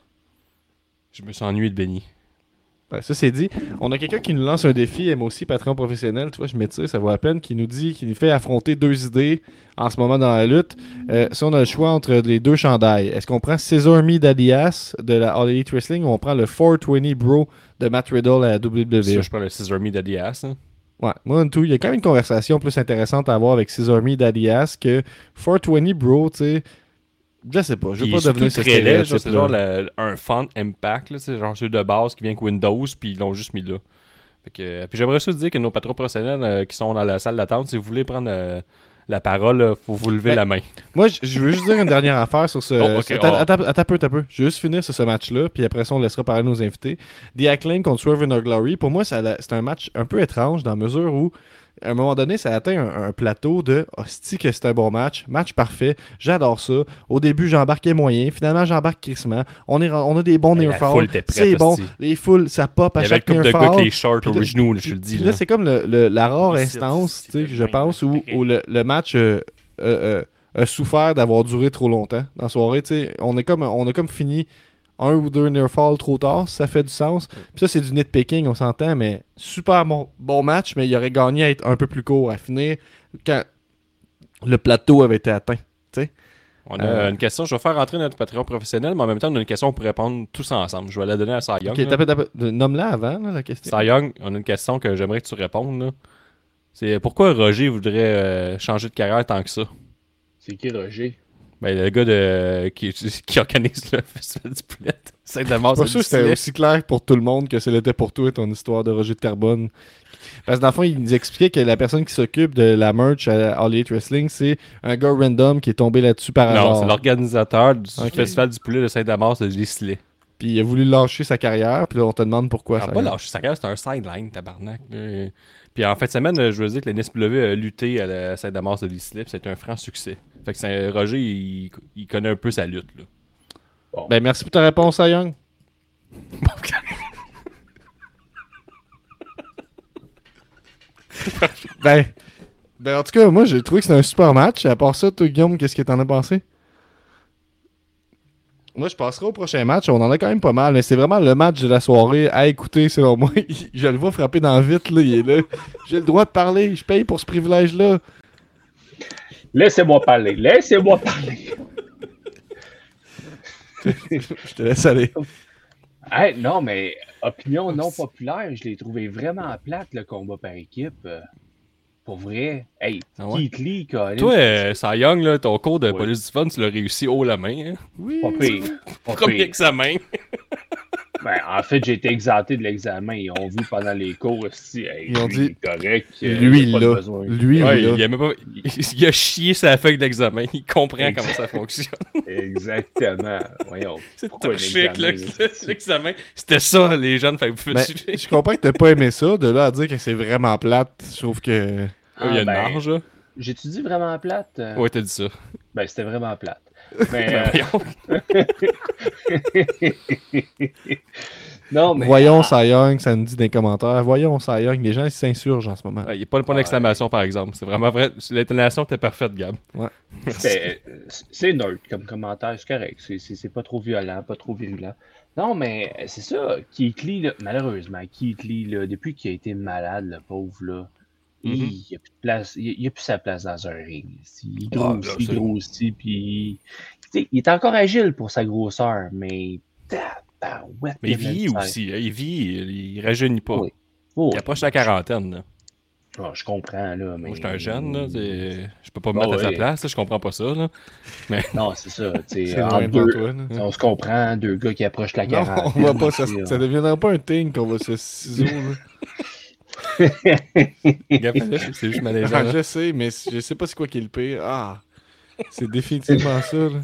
Je me suis ennuyé de Benny. Ouais, ça, c'est dit. On a quelqu'un qui nous lance un défi, et moi aussi, patron professionnel. Tu vois, je m'étire, ça vaut la peine. Qui nous dit, qui nous fait affronter deux idées en ce moment dans la lutte. Euh, si on a le choix entre les deux chandails, est-ce qu'on prend César Army d'Adidas de la All Elite Wrestling ou on prend le quatre cent vingt Bro de Matt Riddle à la W W Ça, E? je prends le Scissor Me d'Adidas. Hein. Ouais, moi, en tout, il y a quand même une conversation plus intéressante à avoir avec César Army d'Adidas que quatre cent vingt Bro, tu sais. Je sais pas, je veux Puis pas surtout devenir ce très laid, genre, c'est genre stéréotype-là. le- un font impact, là, c'est genre celui de base qui vient avec Windows, puis ils l'ont juste mis là. Fait que, euh, puis j'aimerais ça dire que nos patrons professionnels euh, qui sont dans la salle d'attente, si vous voulez prendre euh, la parole, il faut vous lever Ben, la main. Moi, je- je veux juste dire une dernière affaire sur ce. Oh, ok, ce- Attends, oh. attends, attends un peu, attends un peu. Je veux juste finir sur ce match-là, puis après ça, on laissera parler nos invités. The Acclaim contre Swerve in Our Glory. Pour moi, ça la- c'est un match un peu étrange dans la mesure où à un moment donné, ça a atteint un, un plateau de hostie que c'est un bon match, match parfait, j'adore ça. Au début, j'embarquais moyen, finalement, j'embarque crissement. On, est, on a des bons Mais near la falls, foule était prête, c'est bon. hostie. Les foules, ça pop à Il y avait le chaque couple near de gars avec fall. les shorts Puis aux là- genoux, là, je te le Puis dis. là, Là. c'est comme le, le- la rare Ici, instance, c'est tu sais, le je même, pense, où, pareil. où le, le match euh, euh, euh, a souffert d'avoir duré trop longtemps dans la soirée. Tu sais, on, est comme, on a comme fini un ou deux near fall trop tard, si ça fait du sens. Puis ça, c'est du nitpicking, on s'entend, mais super bon, bon match, mais il aurait gagné à être un peu plus court, à finir quand le plateau avait été atteint. On a Euh, une question, je vais faire rentrer notre Patreon professionnel, mais en même temps, on a une question pour répondre tous ensemble. Je vais la donner à Cy Young. Ok, là. tapez, tapez, de- nomme-la avant, là, la question. Cy Young, on a une question que j'aimerais que tu répondes. Là. C'est pourquoi Roger voudrait euh, changer de carrière tant que ça? C'est qui, Roger? Ben, le gars de, qui, qui organise le festival du poulet. C'est de la Je mort, suis pas sûr que c'était aussi clair pour tout le monde que c'était pour toi ton histoire de Roger de Carbone. Parce que dans le fond, il nous expliquait que la personne qui s'occupe de la merch à All Elite Wrestling, c'est un gars random qui est tombé là-dessus par Non, hasard. c'est l'organisateur du Ok. festival du poulet de Saint-Damas de Gislet. Puis il a voulu lâcher sa carrière, puis là, on te demande pourquoi. Il ça n'a pas lâché sa carrière, c'est un sideline, tabarnak. Euh, Puis en fin de semaine, je veux dire que la N S W a lutté à la Saint-Damas de Gislet, puis c'était un franc succès. Fait que c'est- Roger, il, il connaît un peu sa lutte. Là. Ben, merci pour ta réponse, à Young. ben, ben, en tout cas, moi, j'ai trouvé que c'était un super match. À part ça, toi, Guillaume, qu'est-ce que t'en as pensé? Moi, je passerai au prochain match. On en a quand même pas mal. Mais c'est vraiment le match de la soirée à écouter, selon moi. Je le vois frapper dans le vite. Là. Il est là. J'ai le droit de parler. Je paye pour ce privilège-là. Laissez-moi parler. Laissez-moi parler. Je te laisse aller. Hey, non, mais opinion non populaire, je l'ai trouvé vraiment plate, le combat par équipe. Euh, pour vrai. Hey, Ah ouais? Keith Lee, Colin. Toi, euh, Cy Young, là, ton cours de Oui. police du fun, tu l'as réussi haut la main. Hein? Oui. Pas pire. Pas Premier pire. examen. Ben, en fait, j'ai été exempté de l'examen. Ils ont vu pendant les cours aussi. Hey, Ils ont lui, dit, il est correct. euh, Lui, il a il pas de l'a. besoin. Lui, Ouais, il il, l'a. a même pas- il- il a chié sa feuille d'examen. Il comprend Exact. comment ça fonctionne. Exactement. Voyons. C'est Pourquoi un chic, là, examen, que l'examen. C'était ça, les jeunes. Fait que vous Ben, faites- je comprends que t'as pas aimé ça. De là à dire que c'est vraiment plate, je trouve que... Ah, il y a une ben, marge, là. J'ai-tu dit vraiment plate? Euh, Ouais, t'as dit ça. Ben, c'était vraiment plate. Mais, Ben, euh, voyons. non, mais. Voyons ah, Cy Young, ça nous dit dans les commentaires. Voyons Cy Young, les gens ils s'insurgent en ce moment. Ouais, Il n'y a pas le point d'exclamation, par exemple. C'est vraiment vrai. L'intonation était parfaite, Gab. Ouais. c'est- C'est neutre comme commentaire, c'est correct. C'est- C'est c'est pas trop violent, pas trop virulent. Non, mais c'est ça. Keith Lee, là, malheureusement, Keith Lee, là, depuis qu'il a été malade, le pauvre, là, Mhm. il n'y a plus de place, il y a plus sa place dans un ring. Il Ah, grossit, là, il c'est- grossit, puis tu sais, il est encore agile pour sa grosseur, mais tabarouette, Mais il il y a de la vieillit misère. aussi. hein. Il vit, il rajeunit pas. Oui. Oh, Il approche la quarantaine. Là. ah, je comprends, là, mais... Moi, j'étais un jeune. Là, c'est- je peux pas me Ah, mettre à sa ouais. place. Là, je comprends pas ça. Là. Non, c'est ça, tu sais, C'est entre loin devant deux- toi. là. on se comprend, deux gars qui approchent la Non, quarantaine. on va pas, ça, tu sais, ça deviendra pas un thing qu'on va se ciseaux. là. Gab, là, c'est juste malaisant. Ah, là. je sais, mais je sais pas c'est quoi qui est le pire. Ah, c'est définitivement ça. Là.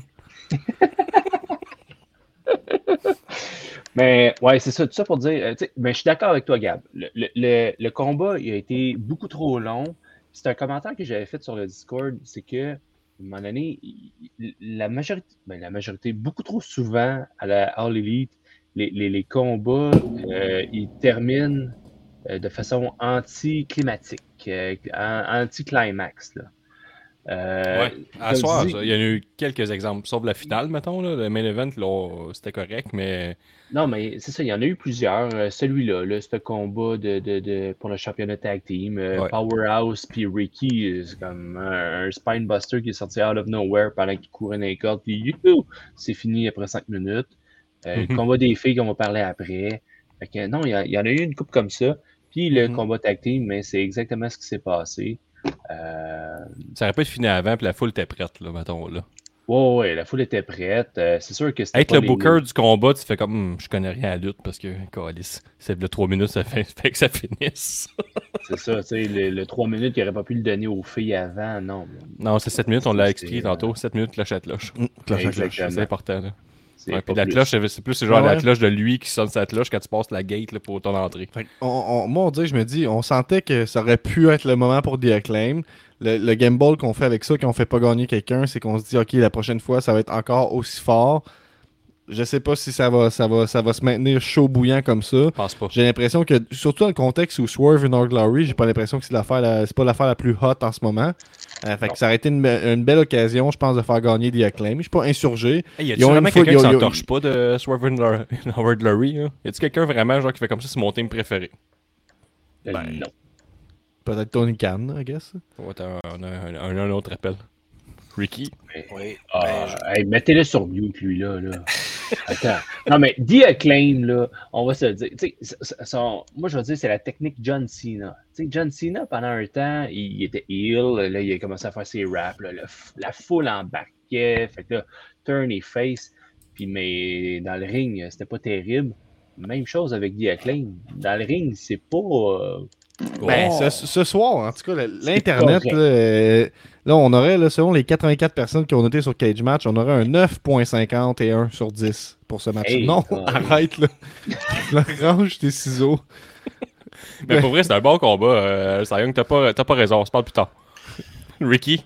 Mais ouais, c'est ça, tout ça pour dire, euh, tu sais, mais je suis d'accord avec toi, Gab. Le, le, le, le combat, il a été beaucoup trop long. C'est un commentaire que j'avais fait sur le Discord, c'est que, à un moment donné, il- la majorité, ben, la majorité, beaucoup trop souvent à la All Elite, les, les, les combats, euh, ils terminent euh, de façon anticlimatique, euh, an- anticlimax, là. Euh, Ouais. À comme soir, tu dis- ça, il y en a eu quelques exemples. Sauf la finale, mettons. Là, le main event, là, c'était correct, mais Non, mais c'est ça, il y en a eu plusieurs. Euh, celui-là, là, ce combat de, de, de, pour le championnat tag team, euh, Ouais. Powerhouse puis Ricky, euh, c'est comme un, un spinebuster qui est sorti out of nowhere pendant qu'il courait dans les cordes, puis youhou, c'est fini après cinq minutes. Euh, Le Mhm. combat des filles qu'on va parler après. Fait que, non, il y, a- il y en a eu une coupe comme ça. Puis le Mhm. combat tag team, mais c'est exactement ce qui s'est passé. Euh, ça aurait pas été fini avant, puis la foule était prête, là, mettons. Là. ouais, ouais, la foule était prête. Euh, c'est sûr que c'était Être pas le les- booker du combat, tu fais comme, Hum, je connais rien à la lutte parce que, calice, c'est de trois minutes, ça fait, fait que ça finisse. C'est ça, tu sais, le, le trois minutes qu'il n'aurait pas pu le donner aux filles avant, non. Non, c'est sept minutes, on l'a C'est- expliqué c'est, tantôt. sept minutes, cloche à cloche. Hum, cloche à cloche. Exactement. C'est important. Là. C'est Ouais, pas puis la plus. cloche, c'est c'est plus c'est genre Ah ouais. la cloche de lui qui sonne sa cloche quand tu passes la gate là, pour ton entrée. Fait qu'on- on, moi, on dirait, je me dis, on sentait que ça aurait pu être le moment pour The Acclaim. Le, le gamble qu'on fait avec ça, qu'on fait pas gagner quelqu'un, c'est qu'on se dit, OK, la prochaine fois, ça va être encore aussi fort. Je sais pas si ça va, ça va, ça va se maintenir chaud bouillant comme ça. Je pense pas. J'ai l'impression que, surtout dans le contexte où Swerve in Our Glory, j'ai pas l'impression que c'est l'affaire, la- c'est pas l'affaire la plus hot en ce moment. Euh, fait Non. que ça aurait été une, be- une belle occasion, je pense, de faire gagner The Acclaim. Je suis pas insurgé. Hey, y Ils a-tu ont vraiment une fois- quelqu'un qui ils ont- s'en ils ont- torche pas de Swerve in Our- in Our Glory? Là? Y a-tu quelqu'un vraiment genre qui fait comme ça, c'est mon team préféré? Euh, Ben, non. Peut-être Tony Khan, I guess. Ouais, t'as un, un, un, un autre appel. Ricky? Mais- Oui. Ah, ben, je- hey, mettez-le sur mute, lui, là. là. Attends. Non, mais The Acclaim, là, on va se le dire. Tu sais, s- s- son- moi, je veux dire, c'est la technique John Cena. Tu sais, John Cena, pendant un temps, il était heel. Là, il a commencé à faire ses raps. Là, le f- la foule embarquait. Fait que là, turn et face. Puis, mais dans le ring, c'était pas terrible. Même chose avec The Acclaim. Dans le ring, c'est pas. euh, Ben, oh, ce, ce soir, en tout cas, le- c'est l'Internet, correct. là, euh, là, on aurait, là, selon les quatre-vingt-quatre personnes qui ont noté sur Cage Match, on aurait un neuf virgule cinquante et un sur dix pour ce match. Hey, non, God. arrête, là. Là, range tes ciseaux. Mais pour vrai, c'est un bon combat. Euh, Cy Young, t'as pas, t'as pas raison, on se parle plus tard. Ricky?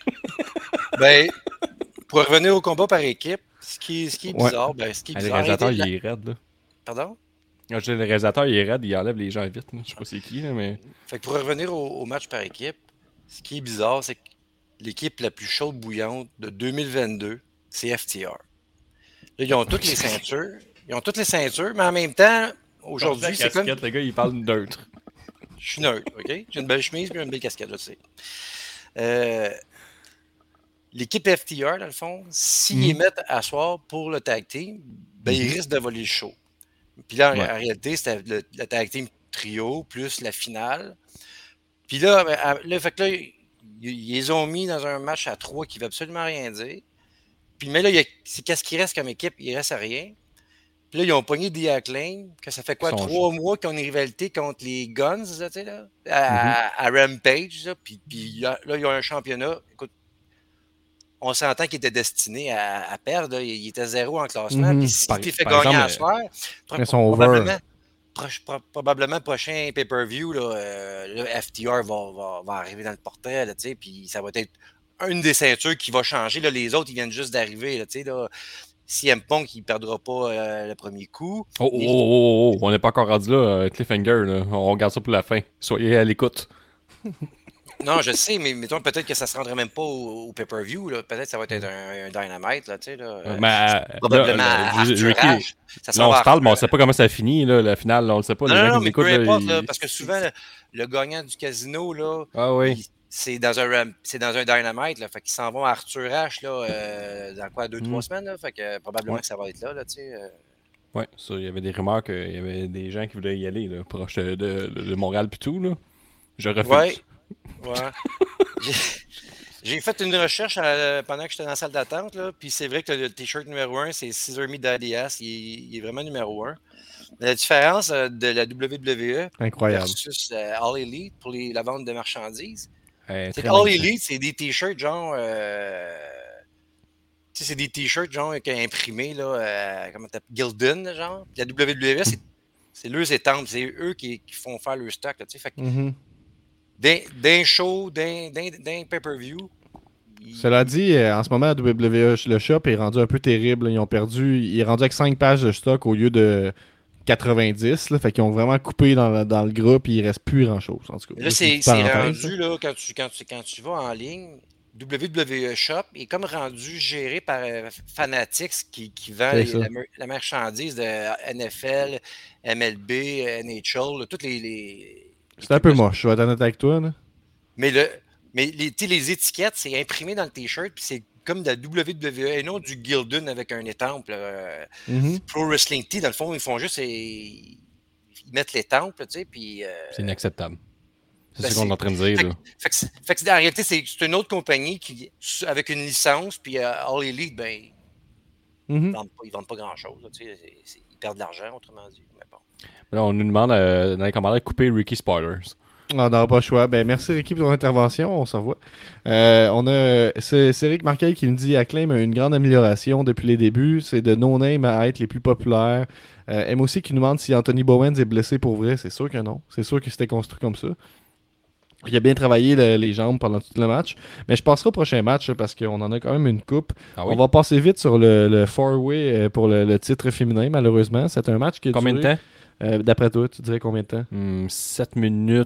Ben, pour revenir au combat par équipe, ce qui, ce qui est Ouais. bizarre, ben, ce qui est Ah, le bizarre. réalisateur, arrêtez il de la- est raide, là. Pardon? Ah, je dis, le réalisateur, il est raide, il enlève les gens vite. Là. Je sais pas c'est qui, là, mais. Fait que pour revenir au, au match par équipe, ce qui est bizarre, c'est que l'équipe la plus chaude bouillante de deux mille vingt-deux, c'est F T R. Là, ils ont toutes les ceintures. Ils ont toutes les ceintures, mais en même temps, aujourd'hui, c'est comme. Le gars, il parle neutre. Je suis neutre, OK? J'ai une belle chemise et une belle casquette, je sais. Euh, L'équipe F T R, dans le fond, s'ils Mhm. les mettent à soir pour le tag team, ben, ils risquent de voler le show. Puis là, en, Ouais. en réalité, c'était le, le tag team trio plus la finale. Puis là, ben, à- là, fait que là, ils, ils les ont mis dans un match à trois qui ne veut absolument rien dire. Puis mais là, il y a- c'est qu'est-ce qui reste comme équipe? Il reste à rien. Puis là, ils ont pogné The Acclaim, que ça fait quoi, Ils sont trois mois qu'ils ont une rivalité contre les Guns, là, tu sais, là, à, à Rampage. Là, puis, puis là, là, ils ont un championnat. Écoute, on s'entend qu'ils étaient destinés à, à perdre. Là. Ils étaient zéro en classement. Mhm. Puis si Par- tu les fais par gagner exemple, à soir, pro- ils sont over. probablement, proche- pro- probablement prochain pay-per-view, là, euh, là, F T R va, va, va arriver dans le portrait, là, tu sais, puis ça va être une des ceintures qui va changer. Là, les autres, ils viennent juste d'arriver. Là, tu sais, là. C M Punk, il ne perdra pas euh, le premier coup. Oh, oh, oh, oh, oh, on n'est pas encore rendu là, euh, Cliffhanger. Là. On regarde ça pour la fin. Soyez à l'écoute. Non, je sais, mais mettons peut-être que ça ne se rendrait même pas au, au pay-per-view. Là. Peut-être que ça va être un, un Dynamite. Là, tu sais, là. Euh, mais, euh, Probablement là, à je- Arthur Ricky, Ashe. Ça s'en là, on va se à parle, mais on Arthur sait pas comment ça finit, là, la finale. Là, on le sait pas. Non, les non, gens non, qui mais l'écoutent, peu là, importe, ils- là, parce que souvent, le, le gagnant du casino, là, Ah oui. il- c'est dans un ram- c'est dans un Dynamite. Là, fait qu'ils s'en vont à Arthur Ashe là, euh, dans quoi, deux, Mm. trois semaines. Là, fait que euh, probablement Ouais. que ça va être là. là tu sais, euh. Ouais, ça, il y avait des rumeurs qu'il y avait des gens qui voulaient y aller, là, proche de, de, de Montréal pis tout, là. Je refuse. Ouais. Ouais. J'ai- J'ai fait une recherche euh, pendant que j'étais dans la salle d'attente, là, puis c'est vrai que le t-shirt numéro un, c'est Scissor Me Daddy Ass. Il, est- il est vraiment numéro un. Mais la différence euh, de la W W E Incroyable. versus euh, All Elite pour les- la vente de marchandises, Euh, c'est très que All magnifique. Elite, c'est des t-shirts genre. euh, tu sais, c'est des t-shirts genre qui est imprimé, là, euh, comment t'appelles, Gildan, genre. Puis la W W E, c'est, c'est leurs étampes, c'est eux qui, qui font faire leur stock, là, tu sais. Fait que Mhm. d'un, d'un show, d'un, d'un, d'un pay-per-view. il- Cela dit, euh, en ce moment, la W W E, le shop est rendu un peu terrible. Là. Ils ont perdu, il est rendu avec cinq pages de stock au lieu de quatre-vingt-dix. Là. Fait qu'ils ont vraiment coupé dans, le- dans le groupe et il reste plus grand-chose. En tout cas, Là, Juste une c'est, petite c'est parenthèse, rendu, là, quand tu, quand, tu, quand tu vas en ligne, W W E Shop est comme rendu géré par euh, Fanatics qui, qui vend C'est les- ça. la, mer- la marchandise de N F L, M L B, N H L, là, toutes les. les C'est un peu moche, je vais être honnête avec toi. Là. Mais, le, mais les, tu sais, les étiquettes, c'est imprimé dans le T-shirt, puis c'est comme de la W W E et non du Gildan avec un étampe. là, euh, Mhm. Pro Wrestling Tee, dans le fond, ils font juste. euh, Ils mettent l'étampe, là, tu sais, puis. euh, C'est inacceptable. C'est Ben, ce qu'on est c'est- en train de dire, fait, là. que- fait que, c'est- fait que c'est- en réalité, c'est, c'est une autre compagnie qui, avec une licence, puis euh, All Elite, ben, ils Mhm. ne vendent, pas- ils vendent pas grand-chose. là, tu sais, c'est- c'est- ils perdent de l'argent, autrement dit. Mais bon. Là, on nous demande euh, dans les commentaires de couper Ricky Spoilers. On n'aura pas le choix. Ben, merci Ricky pour ton intervention. On se revoit. Euh, on a, c'est, c'est Eric Marquet qui nous dit Acclaim a une grande amélioration depuis les débuts. C'est de no-name à être les plus populaires. Euh, M aussi qui nous demande si Anthony Bowens est blessé pour vrai. C'est sûr que non. C'est sûr que c'était construit comme ça. Il a bien travaillé le- les jambes pendant tout le match. Mais je passerai au prochain match là, parce qu'on en a quand même une coupe. Ah oui? On va passer vite sur le, le four-way euh, pour le, le titre féminin, malheureusement. C'est un match qui a Combien de duré- temps? euh, d'après toi, tu dirais combien de temps? Hmm, sept minutes,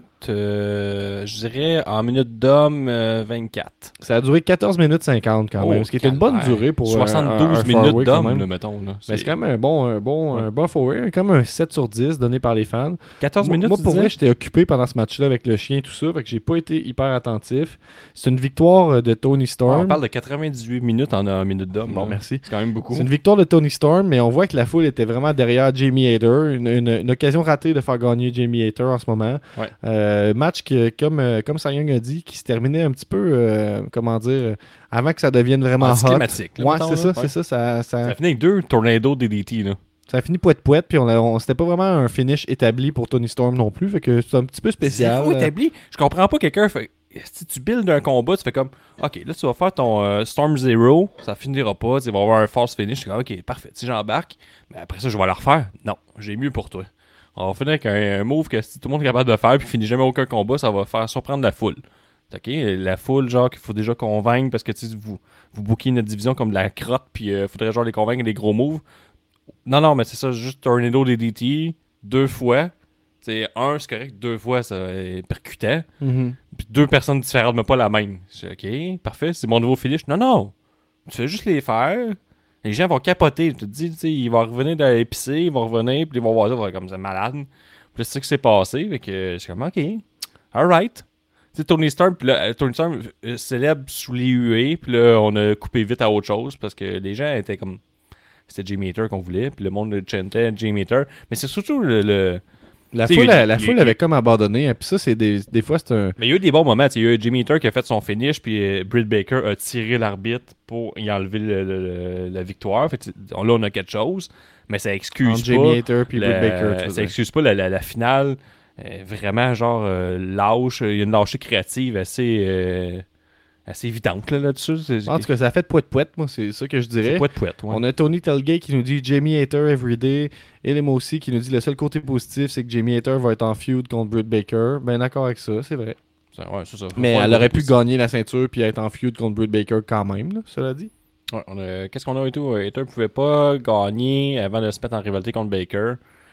euh, je dirais en minutes d'homme, euh, vingt-quatre. Ça a duré quatorze minutes cinquante quand Oh, même, ce qui est une bonne calvaire. durée pour euh, un- soixante-douze un, un minutes four-way quand d'homme, même. là, mettons. Là. Mais c'est quand même un bon, un bon, Ouais. un bon four-way, comme un sept sur dix donné par les fans. quatorze Moi, minutes, moi, tu pour disais? vrai, j'étais occupé pendant ce match-là avec le chien et tout ça, fait que j'ai pas été hyper attentif. C'est une victoire euh, de Tony Ah, Storm. on parle de quatre-vingt-dix-huit minutes en une minute d'homme. Bon, là. merci. C'est quand même beaucoup. C'est une victoire de Tony Storm, mais on voit que la foule était vraiment derrière Jamie Hayter. Une, une- une occasion ratée de faire gagner Jamie Hayter en ce moment. Ouais. Euh, match que, comme, euh, comme Cy Young a dit, qui se terminait un petit peu, euh, comment dire, euh, avant que ça devienne vraiment hot. Anticlimatique, là, Ouais, mettons, c'est ça, là. c'est Ouais. ça. Ça, ça, Ça finit avec deux tornados D D T. Là. ça a fini poète-poète, puis on, a- on- c'était pas vraiment un finish établi pour Tony Storm non plus. Fait que c'est un petit peu spécial. Zéro établi. Je comprends pas quelqu'un fait. Si tu builds un combat, tu fais comme OK, là tu vas faire ton euh, Storm Zero, ça finira pas, tu vas avoir un false finish. Je suis comme OK, parfait. Si j'embarque, mais après ça, je vais le refaire. Non, j'ai mieux pour toi. On va finir avec un, un move que si tout le monde est capable de faire puis finit jamais aucun combat, ça va faire surprendre la foule. OK, la foule, genre qu'il faut déjà convaincre parce que tu sais, vous, vous bookez notre division comme de la crotte, puis il euh, faudrait genre les convaincre des gros moves. Non, non, mais c'est ça, juste Tornado D D T, deux fois. C'est un, c'est correct, deux fois, ça est percutant. Mhm. Puis deux personnes différentes, mais pas la même. Je dis, OK, parfait, c'est mon nouveau finish. Non, non, tu fais juste les faire. Les gens vont capoter. Je te dis, tu sais, il va revenir de l'épicer, il va revenir, puis ils vont voir ça, ils vont être comme ça, malade. Puis là, c'est ça qui s'est passé. Fait que je suis comme, OK, alright. Tu sais, Tony Storm, puis là, euh, Tony Storm euh, célèbre sous les huées, puis là, on a coupé vite à autre chose parce que les gens étaient comme. C'était Jamie Hayter qu'on voulait, puis le monde le chantait Jamie Hayter. Mais c'est surtout le. le... La T'sais, foule, il y a- la il y a- foule avait comme abandonné. Puis ça, c'est des, des fois, c'est un. Mais il y a eu des bons moments. Il y a eu Jamie Hayter qui a fait son finish, puis euh, Britt Baker a tiré l'arbitre pour y enlever le- le- le- la victoire. Fait que, là, on a quelque chose, mais ça excuse Entre pas. Jamie Hayter puis la- Britt Baker. tu veux ça dire. excuse pas la, la- la finale. euh, vraiment, genre, euh, lâche. Il y a une lâcheté créative assez, euh, assez évidente là, là-dessus. C'est, En tout cas, ça a fait poète-poète, moi, c'est ça que je dirais. c'est poète poète. Ouais. On a Tony Telgate qui nous dit Jamie Hayter everyday. Et les aussi qui nous dit le seul côté positif, c'est que Jamie Hayter va être en feud contre Britt Baker. Ben d'accord avec ça, c'est vrai. Ça, ouais, c'est ça. Mais Faut elle voir aurait le pu positif. gagner la ceinture puis être en feud contre Britt Baker quand même, là, cela dit. Ouais, on a- Qu'est-ce qu'on a et tout? Euh, Hayter pouvait pas gagner avant de se mettre en rivalité contre Baker.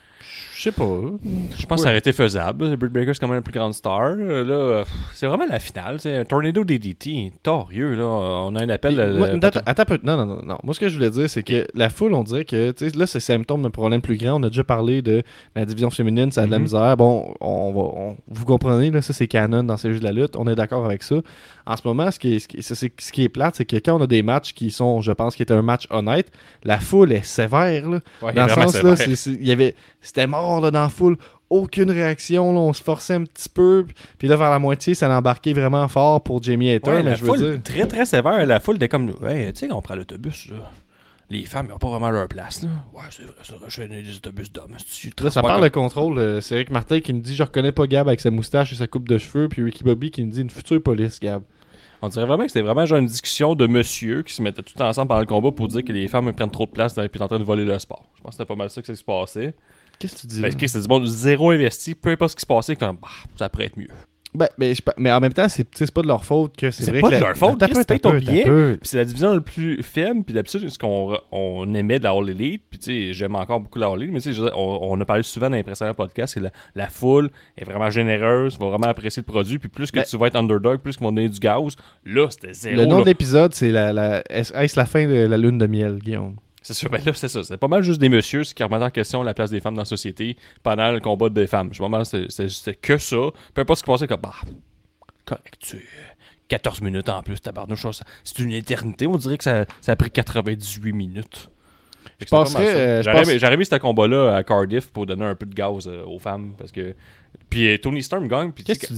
Je sais pas. Je pense que ça aurait été faisable. Britt Baker, c'est quand même la plus grande star. Euh, Là, euh, c'est vraiment la finale. C'est un Tornado D D T. Torieux, là. On a un appel. Puis, de- moi, de- attends, attends un peu. Non, non, non, non. Moi, ce que je voulais dire, c'est que la foule, on dirait que, tu sais, là, c'est symptôme d'un problème plus grand. On a déjà parlé de la division féminine, ça a de la Mhm. misère. Bon, on va, on- vous comprenez, là, ça, c'est canon dans ces jeux de la lutte. On est d'accord avec ça. En ce moment, ce qui est, ce qui est, c'est- c'est- ce qui est plate, c'est que quand on a des matchs qui sont, je pense, qui étaient un match honnête, la foule est sévère, là. Ouais, Dans le vraiment sens, là, sévère. c'est- c'est- il y avait, c'était mort, là, dans la foule. Aucune réaction, là, on se forçait un petit peu. Puis là, vers la moitié, ça l'embarquait vraiment fort pour Jamie Hayter, Ouais, mais la je veux foule, dire... très très sévère. La foule était comme, ouais, tu sais, on prend l'autobus, là. Les femmes n'ont pas vraiment leur place, là. Ouais, c'est vrai, ça enchaîner des autobus d'hommes. c'est-tu Là, ça transport parle comme- de contrôle. euh, c'est Eric Martin qui me dit je reconnais pas Gab avec sa moustache et sa coupe de cheveux. Puis Ricky Bobby qui me dit une future police, Gab. On dirait vraiment que c'était vraiment genre une discussion de monsieur qui se mettaient tout ensemble pendant le combat pour dire que les femmes prennent trop de place et puis en train de voler le sport. Je pense que c'était pas mal ça que ça se passait. Qu'est-ce que tu dis? Ben, là? ok, c'est du monde zéro investi, peu importe ce qui se passait, comme, bah, ça pourrait être mieux. Ben, ben, je pa- mais en même temps, c'est tu sais, c'est pas de leur faute que c'est C'est vrai pas que de la- leur faute, T'as Chris, peu, paye t'as ton peu, t'as billet. peu. Puis c'est la division la plus faible, puis d'habitude, ce qu'on on aimait de la All Elite, puis tu sais, j'aime encore beaucoup la All Elite, mais tu sais, je veux dire, on, on a parlé souvent dans les précédents podcasts, c'est la, la foule est vraiment généreuse, va vraiment apprécier le produit, puis plus que Ben- tu vas être underdog, plus qu'ils vont donner du gaz. Là, c'était zéro. Le nom là. de l'épisode, c'est la, la... Est-ce est-ce la fin de la lune de miel, Guillaume? C'est sûr, ben là, c'est ça. C'est pas mal juste des messieurs qui remettent en question la place des femmes dans la société pendant le combat des femmes. Je vraiment, c'est c'est- c'est que ça. Peu importe ce qui passait, comme, bah, correct, tu. quatorze minutes en plus, tabarnouche, ça- c'est une éternité. On dirait que ça, ça a pris quatre-vingt-dix-huit minutes. Fait que c'est pas penserais, mal ça. euh, je J'aurais pense- aimé- j'aurais mis ce combat-là à Cardiff pour donner un peu de gaz euh, aux femmes. Parce que. Puis euh, Tony Storm gagne. Puis Qu'est-ce que tu tu sais, dis là?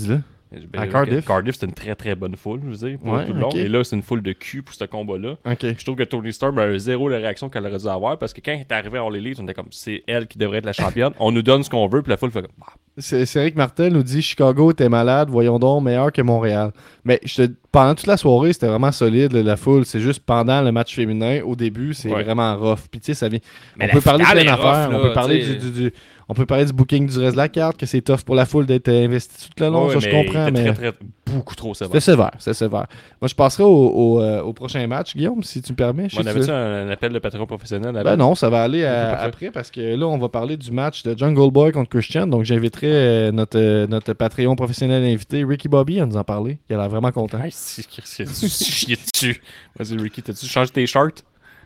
Ben, À Cardiff? Cardiff, c'était une très très bonne foule, je veux dire, pour Ouais, tout le long. ok. Et là, c'est une foule de cul pour ce combat-là. Ok. Je trouve que Tony Storm a zéro la réaction qu'elle aurait dû avoir parce que quand elle est arrivée à All Elite, on était comme c'est elle qui devrait être la championne. On nous donne ce qu'on veut, puis la foule fait comme. Ah. C'est c'est Eric Martel nous dit Chicago était malade, voyons donc, meilleur que Montréal. Mais je te- pendant toute la soirée, c'était vraiment solide, là, la foule. C'est juste pendant le match féminin, au début, c'est Ouais. vraiment rough. Puis tu sais, ça vient. Mais on la peut parler de finale plein est d'affaires. rough, On là, peut parler t'sais. du, du- du- on peut parler du booking du reste de la carte, que c'est tough pour la foule d'être investie tout le long. Ouais, ça, je mais comprends. il était Mais très, très, beaucoup trop sévère. c'était sévère, c'était sévère. Moi, je passerai au, au, euh, au prochain match, Guillaume, si tu me permets. Je Moi, sais on que avait-tu tu- un, un appel de patron professionnel avant? Ben non, ça va aller à- Ok, parfait. après parce que là, on va parler du match de Jungle Boy contre Christian. Donc, j'inviterai euh, notre, euh, notre Patreon professionnel invité, Ricky Bobby, à nous en parler. Il a l'air vraiment content. Hey, si, Chris, il a dû se chier dessus. Vas-y, Ricky, t'as-tu changé tes shorts?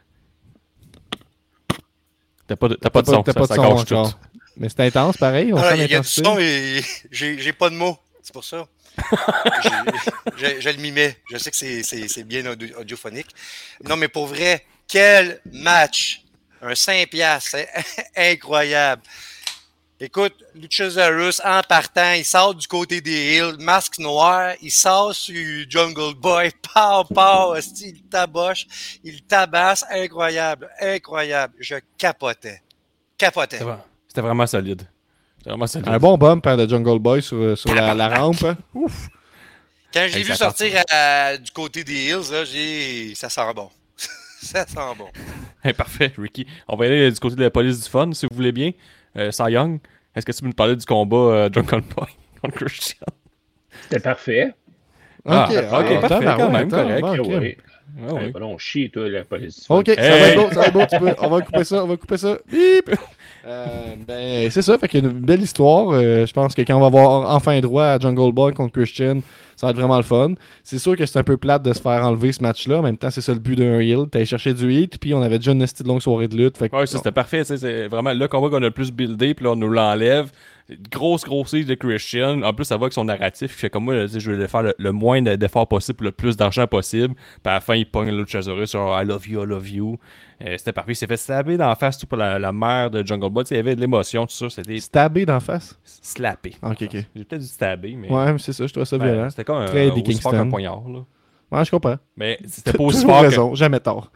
T'as pas de, t'as pas de son, T'as ça, pas de ça son gâche encore. tout. Mais c'est intense, pareil. On Ah, sent il y a du l'intensité. son et j'ai j'ai pas de mots. C'est pour ça. J'ai- j'ai- je le mimais. Je sais que c'est- c'est c'est bien audio- audiophonique. Non, mais pour vrai, quel match! Un cinq piastres. C'est incroyable. Écoute, Luchasaurus, en partant, il sort du côté des Hills, masque noir, il sort sur Jungle Boy, pow, pow, hostie, il taboche, il tabasse, incroyable, incroyable. Je capotais. Capotais. C'était vraiment- C'était vraiment solide. C'était vraiment solide. Un bon bump hein, de Jungle Boy sur, sur la, la rampe. hein. Ouf. Quand j'ai Hey, vu ça sortir à- du côté des Hills, là, j'ai... ça sent bon. Ça sent bon. Hey, parfait, Ricky. On va aller du côté de la police du fun, si vous voulez bien. Euh, Cy Young, est-ce que tu peux nous parler du combat euh, Jungle Boy contre Christian? C'était parfait. Ah, ok, ok, ah, parfait, attends, quand ouais, même, attends, correct. bon, Ah ok. ouais. Ah oui. Hey, pas long chier, toi, la police. Ok, ça va Hey! être beau, ça va être beau. tu peux- on va couper ça, on va couper ça. Bip! Euh, ben, c'est ça, fait qu'il y a une belle histoire. Euh, je pense que quand on va avoir enfin droit à Jungle Boy contre Christian, ça va être vraiment le fun. C'est sûr que c'est un peu plate de se faire enlever ce match-là. En même temps, c'est ça le but d'un heel. T'allais chercher du hit, puis on avait déjà une petite longue soirée de lutte. Fait que, Ouais, ça c'était parfait. tu sais, C'est vraiment le combat qu'on a le plus buildé, puis là on nous l'enlève. Grosse grossesse de Christian. En plus, ça va avec son narratif. Il fait comme moi, là, tu sais, je vais faire le, le moins d'efforts possible pour le plus d'argent possible. Puis à la fin, il pogne Luchasaurus sur I love you, I love you. Euh, c'était parfait. Il s'est fait stabber dans la face tout pour la, la mère de Jungle Boy. Tu sais, il y avait de l'émotion, tout ça. C'était Stabé d'en face. slappé. Ok, ok. J'ai peut-être dit stabber, mais. Ouais, mais c'est ça, je trouve ça ben, violent. c'était comme un, Très Eddie aussi fort Kingston. qu'un poignard. Là. Ouais, je comprends. Mais c'était pas aussi Toujours fort que. raison, jamais tort.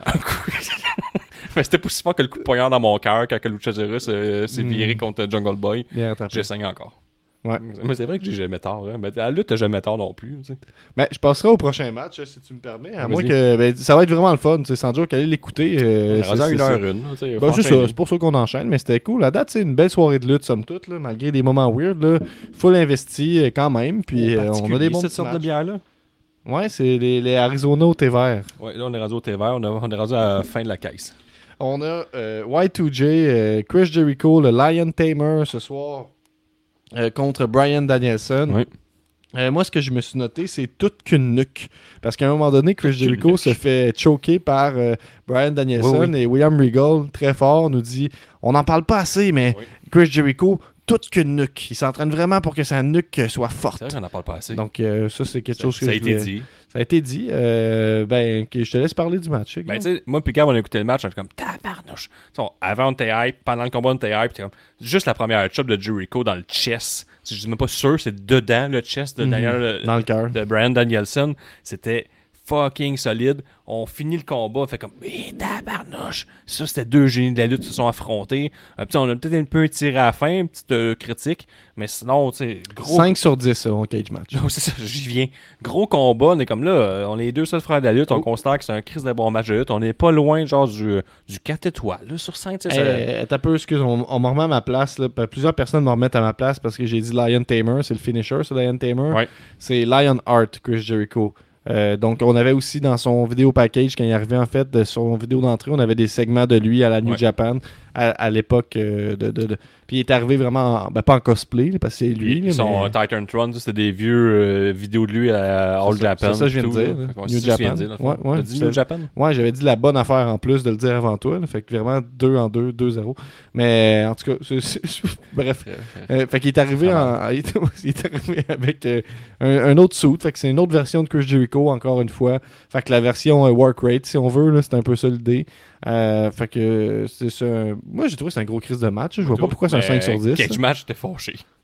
Mais c'était pas aussi fort que le coup de poignard dans mon cœur quand que Luchasaurus euh, s'est Mm. viré contre Jungle Boy. Bien rattrapé. J'ai saigné encore. Ouais. Mais c'est vrai que j'ai jamais tort. Hein. Mais à la lutte, t'as jamais tort non plus. Tu sais. Ben, je passerai au prochain match, si tu me permets. À Vas-y. moins que. Ben, ça va être vraiment le fun. tu sais, Sans dire qu'aller l'écouter. euh, On est c'est- rendu à c'est une ça. heure une. là, tu sais, Ben, faut c'est ça, enchaîner. c'est pour ça qu'on enchaîne, mais c'était cool. La date, c'est une belle soirée de lutte, somme toute, là, malgré des moments weird. Là, full investi euh, quand même. Puis euh, on a des bons cette petits sorte de matchs. bière-là. Ouais, c'est les, les Arizona au thé vert. Ouais, là, on est rendu au thé vert. On, a- on est rendu à la fin de la caisse. On a euh, Y deux J, euh, Chris Jericho, le Lion Tamer ce soir euh, contre Bryan Danielson. Oui. Euh, moi, ce que je me suis noté, c'est toute qu'une nuque. Parce qu'à un moment donné, Chris Toute qu'une Jericho nuque. se fait choquer par euh, Bryan Danielson Oui, oui. et William Regal, très fort, nous dit on n'en parle pas assez, mais Oui. Chris Jericho, toute qu'une nuque. Il s'entraîne vraiment pour que sa nuque euh, soit forte. C'est vrai qu'on n'en parle pas assez. Donc, euh, ça, c'est quelque ça, chose que ça a je été voulais- dit. Ça a été dit. Euh, ben, ok, je te laisse parler du match. Ben, Guillaume. tu sais, moi, puis quand on a écouté le match, on était comme tabarnouche. Tu sais, on- Avant, on était hype. Pendant le combat, on était hype. t'es comme, juste la première chop de Jericho dans le chest. Je suis même pas sûr, c'est dedans le chest de, Mhm. derrière le- Dans le cœur. de Bryan Danielson. C'était fucking solide. On finit le combat, on fait comme eh, tabarnouche. Ça, c'était deux génies de la lutte qui se sont affrontés. Euh, puis on a peut-être un peu tiré à la fin, une petite euh, critique. Mais sinon, tu sais, gros. cinq sur dix, ça, au cage match. Non, c'est ça, j'y viens. Gros combat, on est comme là, euh, on est les deux seuls frères de la lutte, on Oh. considère que c'est un crise de bon match de lutte. On n'est pas loin, genre, du, du quatre étoiles, là, sur cinq, tu sais. ça- Euh, T'as peu, excuse, on, on me remet à ma place. Là. P- Plusieurs personnes me remettent à ma place parce que j'ai dit Lion Tamer, c'est le finisher, c'est Lion Tamer. Ouais. C'est Lion Heart, Chris Jericho. Euh, donc, on avait aussi dans son vidéo package, quand il est arrivé en fait, de son vidéo d'entrée, on avait des segments de lui à la New Ouais. Japan à, à l'époque. euh, de, de, de- Puis il est arrivé vraiment, en- ben, pas en cosplay, là, parce que c'est lui. Puis là, son mais- Titan Tron, ça, c'était des vieux euh, vidéos de lui à All C'est ça, Japan. c'est ça que je viens de tout, dire, là. là. Fait qu'on- New c'est ça que je viens Japan. de dire, là. Ouais, ouais, T'as dit c'est- New Japan? Ouais, j'avais dit la bonne affaire en plus de le dire avant toi. Là, fait que vraiment deux en deux, deux zéro. Mais en tout cas, c'est- c'est- bref. Euh, fait qu'il est arrivé en, il est, il est arrivé avec euh, un, un autre suit. Fait que c'est une autre version de Chris Jericho, encore une fois. Fait que la version euh, work rate, si on veut, là, c'est un peu ça l'idée. Euh, fait que c'est ça. Moi, j'ai trouvé que c'est un gros crise de match. Je vois pas pourquoi c'est un Mais cinq sur dix. Cage match, j'étais fâché.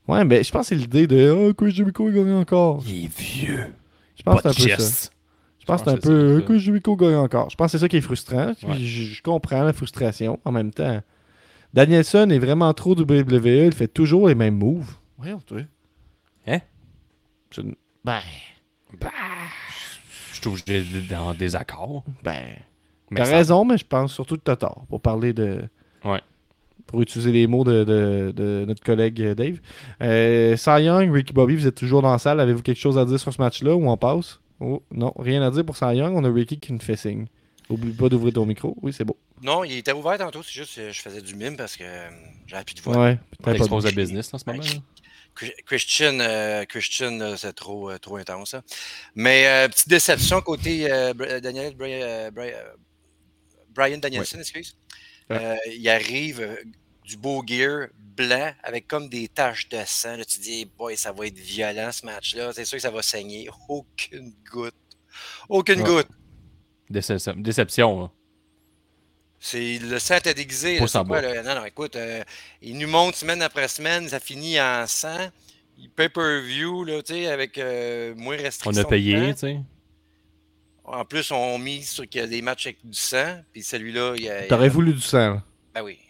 Ouais, mais je pense que c'est l'idée de oh, Chris Jericho gagne encore. Il est vieux. Je pense Pas que de c'est un peu ça. chest. Je pense que c'est un Je pense que peu c'est euh, ça. Chris Jericho gagne encore. Je pense que c'est ça qui est frustrant. Puis Ouais. Je, je comprends la frustration en même temps. Danielson est vraiment trop W W E. Il fait toujours les mêmes moves. Voyons, toi. Hein? Je- Ben. Je trouve que j'étais en désaccord. Ben. Mais T'as ça- raison, mais je pense surtout que t'as tort pour parler de. Ouais. Pour utiliser les mots de, de- de notre collègue euh, Dave. Euh, Cy Young, Ricky Bobby, vous êtes toujours dans la salle. Avez-vous quelque chose à dire sur ce match-là ou on passe? Oh, non, rien à dire pour Cy Young. On a Ricky qui nous fait signe. Oublie pas d'ouvrir ton micro. Oui, c'est beau. Non, il était ouvert tantôt, c'est juste que je faisais du mime parce que euh, j'avais plus de voix. Ouais. On t'as pas expose de- la business en ce moment. là. Chris- Christian, euh, Christian là, c'est trop, euh, trop intense. Ça. Mais euh, petite déception côté euh, Br- Daniel, Bri- euh, Bri- euh, Brian Danielson, excuse. Ouais. Euh, il arrive euh, du beau gear blanc avec comme des taches de sang. Là, tu dis, boy, ça va être violent ce match-là. C'est sûr que ça va saigner. Aucune goutte. Aucune Ouais. goutte. Déception. Déception là. C'est le sang était déguisé. Pas là, sans c'est quoi, bas. là? Non, non, écoute, euh, il nous montre semaine après semaine, ça finit en sang. Il pay-per-view, là, tu sais, avec euh, moins On restrictions. a payé, de tu temps. sais. En plus, on mise sur qu'il y a des matchs avec du sang. Puis celui-là, il y a. il y a- T'aurais voulu du sang. là. Ben oui.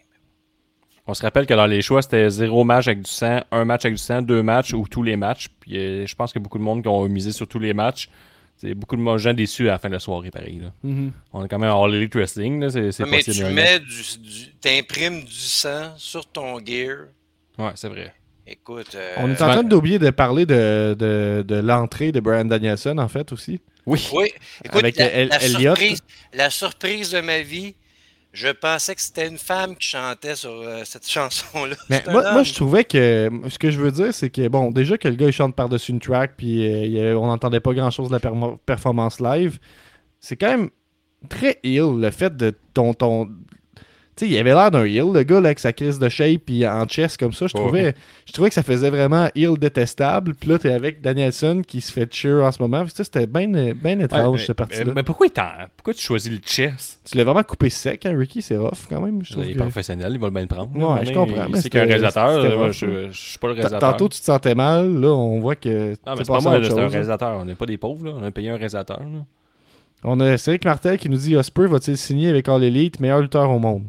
On se rappelle que dans les choix, c'était zéro match avec du sang, un match avec du sang, deux matchs ou tous les matchs. Puis euh, je pense qu'il y a beaucoup de monde qui ont misé sur tous les matchs. C'est beaucoup de gens déçus à la fin de la soirée, pareil. Là. On est quand même en All Elite Wrestling. Là. C'est, c'est Mais possible. tu un mets du, du t'imprimes du sang sur ton gear. match. Ouais, c'est vrai. Écoute. euh, On est en ben- train d'oublier de parler de, de, de l'entrée de Brian Danielson, en fait, aussi. Oui. Oui, écoute, Avec la, El- la Elliott. surprise, la surprise de ma vie, je pensais que c'était une femme qui chantait sur euh, cette chanson-là. Mais C'est un moi, moi, homme. je trouvais que. Ce que je veux dire, c'est que, bon, déjà que le gars, il chante par-dessus une track, puis euh, il y a- on n'entendait pas grand-chose de la permo- performance live. C'est quand même très ill, le fait de ton. ton... Tu sais, il avait l'air d'un heel, le gars, là, avec sa crise de shape, puis en chest comme ça. Je Oh. trouvais, je trouvais que ça faisait vraiment heel détestable. Puis là, t'es avec Danielson qui se fait cheer en ce moment. Puis ça, c'était bien ben étrange, Ouais, cette mais, partie-là. mais, mais pourquoi, il t'en- pourquoi tu choisis le chess? Tu l'as vraiment coupé sec, hein, Ricky? C'est rough, quand même. Je trouve Il est que- professionnel, il va le bien prendre. Ouais, là. je comprends, Il mais sait qu'il y a un c'était- réalisateur. c'était Moi, rough, je, là. je suis pas le Ta- réalisateur. Tantôt, tu te sentais mal. Là, on voit que. Non, mais t'es c'est pas passé à moi, autre là, c'est un chose, là. réalisateur. On n'est pas des pauvres, là. On a payé un réalisateur. Là. On a Cédric Martel qui nous dit Osprey va-t-il signer avec All Elite, meilleur lutteur au monde?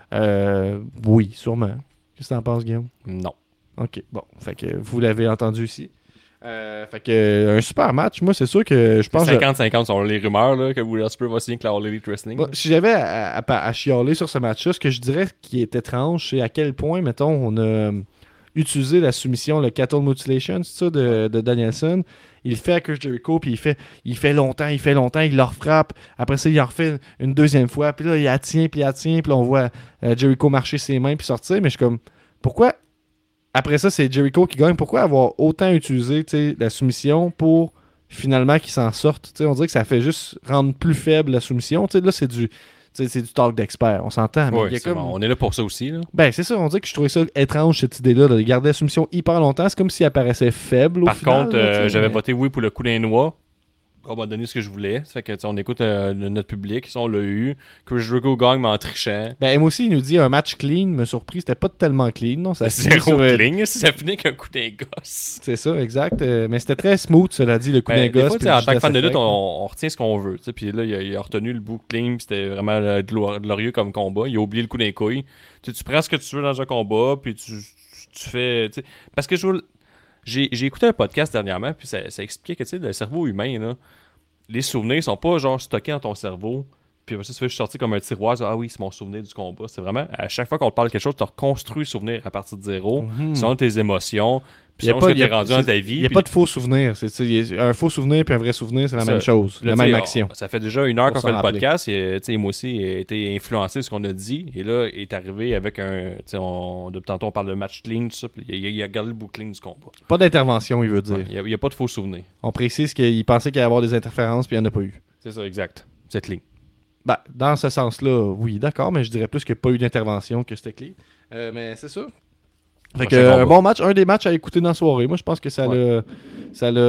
Euh, oui, sûrement. Qu'est-ce que t'en penses, Guillaume? Non. Ok, bon. Fait que vous l'avez entendu ici. Euh, fait que euh, un super match. Moi, c'est sûr que je pense. que- cinquante cinquante sont les rumeurs là, que Will Ospreay va signer avec la All Elite Wrestling. Bon, si j'avais à, à- à chialer sur ce match-là, ce que je dirais qui est étrange, c'est à quel point, mettons, on a euh, utilisé la soumission, le cattle mutilation, c'est ça, de, de Danielson. Il le fait à Chris Jericho, puis il fait, il fait longtemps, il fait longtemps, il leur frappe. Après ça, il en refait une deuxième fois, puis là, il la tient, puis il la tient, puis là, on voit euh, Jericho marcher ses mains, puis sortir. Mais je suis comme, pourquoi, après ça, c'est Jericho qui gagne, pourquoi avoir autant utilisé, tu sais, la soumission pour finalement qu'il s'en sorte? Tu sais, on dirait que ça fait juste rendre plus faible la soumission. Tu sais, là, c'est du, tu sais, c'est du talk d'expert, on s'entend. Mais Ouais, il y a c'est comme... bon. On est là pour ça aussi. Là. Ben, c'est ça, on dirait que je trouvais ça étrange, cette idée-là, de garder la soumission hyper longtemps. C'est comme s'il apparaissait faible. Au Par final, contre, là, euh, tu sais, j'avais mais- voté oui pour le coup d'un noix. On m'a donné ce que je voulais. Ça fait que tu sais, on écoute euh, notre public. Ça, on l'a eu. Chris Jericho gagne, mais en trichant. Ben, moi aussi, il nous dit un match clean, me surpris. C'était pas tellement clean, non? Ça finit Zéro sur, euh, cling. Si ça finit qu'un coup d'un gosse. C'est ça, exact. Euh, mais c'était très smooth, cela dit, le coup d'un Ben, des gosse. fois, tu puis sais, le en tant que fan de Judas lutte, on, Effect. on retient ce qu'on veut. tu sais. Puis là, il a, il a retenu le bout clean. Puis c'était vraiment euh, glor- glorieux comme combat. Il a oublié le coup d'un couille. Tu sais, tu prends ce que tu veux dans un combat. Puis tu, tu fais. tu sais, Parce que je veux- j'ai j'ai écouté un podcast dernièrement. Puis ça, ça expliquait que tu sais, le cerveau humain, là, les souvenirs sont pas genre stockés dans ton cerveau. Puis après ça, tu fais juste sortir comme un tiroir. Ah oui, c'est mon souvenir du combat. C'est vraiment, à chaque fois qu'on te parle de quelque chose, tu reconstruis le souvenir à partir de zéro. Mhm. Selon tes émotions. Puis Il y a selon pas- ce que il y a- t'es rendu dans ta vie. Il n'y a puis- pas de faux souvenirs. C'est, c'est- il y a un faux souvenir puis un vrai souvenir, c'est la Ça, même chose. Là, La tu sais, même on- action. Ça fait déjà une heure Pour qu'on s'en fait le rappeler. podcast et tu sais, moi aussi, j'ai été influencé de ce qu'on a dit. Et là, il est arrivé avec un. tu sais, On, depuis tantôt, on parle de match clean, tout ça. Puis il, a- il a gardé le bout clean du combat. Pas d'intervention, il veut dire. Il n'y a, pas de faux souvenirs. On précise qu'il pensait qu'il allait y avoir des interférences puis il n'y en a pas eu. C'est ça, exact. C'est clean. Ben, dans ce sens-là, oui, d'accord, mais je dirais plus qu'il n'y a pas eu d'intervention que c'était clean. Euh, mais c'est ça. Fait que, Prochain euh, un combat. bon match, un des matchs à écouter dans la soirée. Moi, je pense que ça Ouais. l'a ça l'a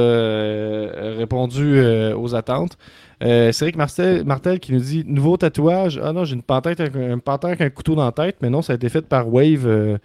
euh, répondu euh, aux attentes. Euh, Cédric Martel, Martel qui nous dit nouveau tatouage. Ah non, j'ai une panthère avec un, une panthère avec un couteau dans la tête, mais non, ça a été fait par Wave, euh,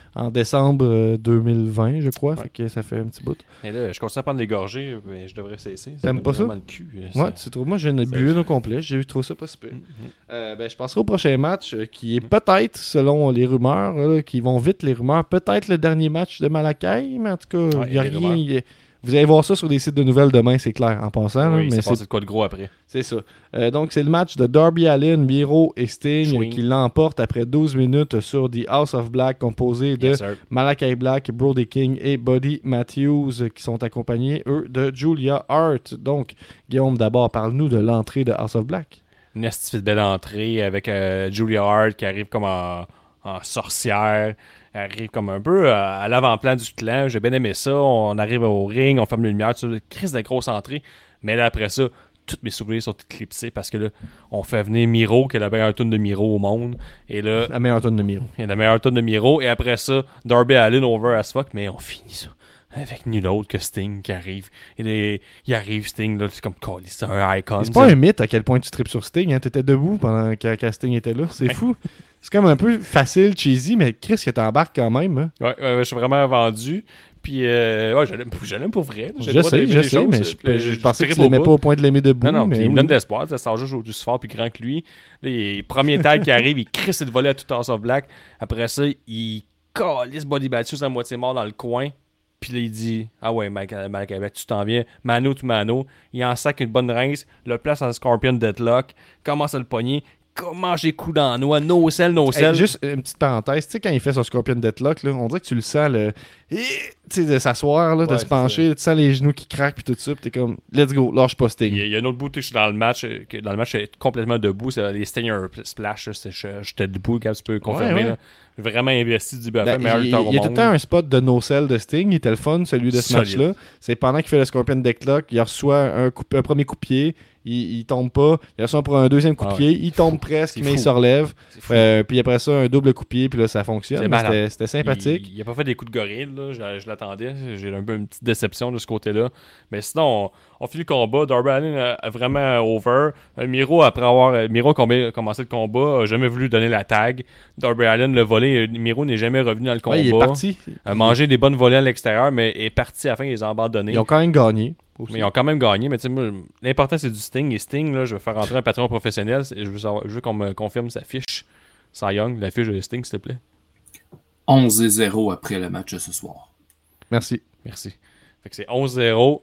en décembre euh, deux mille vingt, je crois. Ouais. Fait que ça fait un petit bout. Et là, je continue à prendre des gorgées, mais je devrais cesser. T'aimes me pas donne ça? vraiment le cul. euh, Ouais, ça- tu trouves, moi, j'ai une ça- bu une au complet. J'ai trouvé ça pas super. Mhm. Euh, ben, je passerai au prochain match euh, qui est peut-être, selon les rumeurs, là, qui vont vite les rumeurs, peut-être le dernier match de Malakai, mais en tout cas, Ouais, il y a il y a des rien. rumeurs. il y a- Vous allez voir ça sur des sites de nouvelles demain, c'est clair, en passant. là, Oui, il mais s'est c'est passé de quoi de gros après. c'est ça. Euh, donc, c'est le match de Darby Allin, Miro et Sting euh, Swing. qui l'emportent après douze minutes sur The House of Black, composé de Yes, sir. Malakai Black, Brody King et Buddy Matthews, euh, qui sont accompagnés, eux, de Julia Hart. Donc, Guillaume, d'abord, parle-nous de l'entrée de House of Black. Une astuce de belle entrée avec euh, Julia Hart qui arrive comme en, en sorcière. Elle arrive comme un peu à, à l'avant-plan du clan. J'ai bien aimé ça. On arrive au ring, on ferme les lumières. Tout ça. Crise de grosse entrée. Mais là, après ça, tous mes souvenirs sont éclipsés parce que là, on fait venir Miro, qui est la meilleure tune de Miro au monde. Et là, La meilleure tonne de Miro. il y a la meilleure tune de Miro. Et après ça, Darby Allin over as fuck. Mais on finit ça avec nul autre que Sting qui arrive. Et là, il arrive, Sting, là, c'est comme, oh, c'est un icon. C'est pas un mythe à quel point tu tripes sur Sting. Hein? T'étais debout pendant que, que Sting était là. C'est fou. C'est comme un peu facile, cheesy, mais Chris, que t'embarques quand même. Hein? Ouais, ouais, ouais, je suis vraiment vendu. Puis, euh, ouais, je l'aime, je l'aime pour vrai. J'ai Je le droit sais, d'aimer je les sais, choses. mais je, Puis, je, je pensais que tripe tu l'aimais au pas bout. au point de l'aimer debout. Non, non, mais puis il me oui. donne de l'espoir. Ça sort juste aussi fort puis grand que lui. Là, il, premier tag qui arrive, il crisse le volet à tout House of Black. Après ça, il calisse Buddy Matthews à moitié mort dans le coin. Puis là, il dit, ah ouais, Mike, Mike Black, tu t'en viens, mano to mano. Il en sac une bonne rince, le place en Scorpion Deadlock, commence à le pogner, comment j'ai coup dans la noix, no sell, no Hey, sell. juste une petite parenthèse, tu sais, quand il fait son Scorpion Deathlock, là, on dirait que tu le sens, le... tu sais, de s'asseoir, là, de Ouais, se c'est pencher, tu sens les genoux qui craquent, puis tout ça, puis t'es comme, let's go, lâche pas Sting. Il y, a, il y a un autre bout, tu sais, je suis dans le match, euh, que dans le match, je suis complètement debout, c'est les Stinger Splash, là, c'est- je- j'étais debout, quand tu peux confirmer, Ouais, ouais. là. Vraiment investi du Ben, buffet, meilleur il, lutteur il au y a tout monde. le temps un spot de no-sell de Sting, il était le fun, celui de ce Solide. match-là. C'est pendant qu'il fait le Scorpion Deathlock, il reçoit un, coup- un premier coup de pied, il, il tombe pas, il reçoit pour un deuxième coup de Ah pied, il tombe presque, C'est mais il fou. se relève. C'est fou. Euh, puis après ça, un double coup de pied, puis là, ça fonctionne. C'est Mais malade. C'était c'était sympathique. Il, il a pas fait des coups de gorille, là. Je, je l'attendais. J'ai un peu une petite déception de ce côté-là. Mais sinon, on, on finit le combat. Darby Allin a, a vraiment over. Euh, Miro, après avoir euh, Miro a combi- commencé le combat, a jamais voulu donner la tag. Darby Allin le volé. euh, Miro n'est jamais revenu dans le combat. Ouais, il est parti. A mangé des bonnes volées à l'extérieur, mais est parti à la fin, ils les ont abandonnés. Ils ont quand même gagné. aussi. Mais ils ont quand même gagné. Mais tu sais, moi, l'important, c'est du Sting. Et Sting, là, je veux faire rentrer un patron professionnel. Et je veux, savoir- je veux qu'on me confirme sa fiche. Cy Young, la fiche de Sting, s'il te plaît. onze et zéro après le match de ce soir. Merci. Merci. Fait que c'est onze zéro,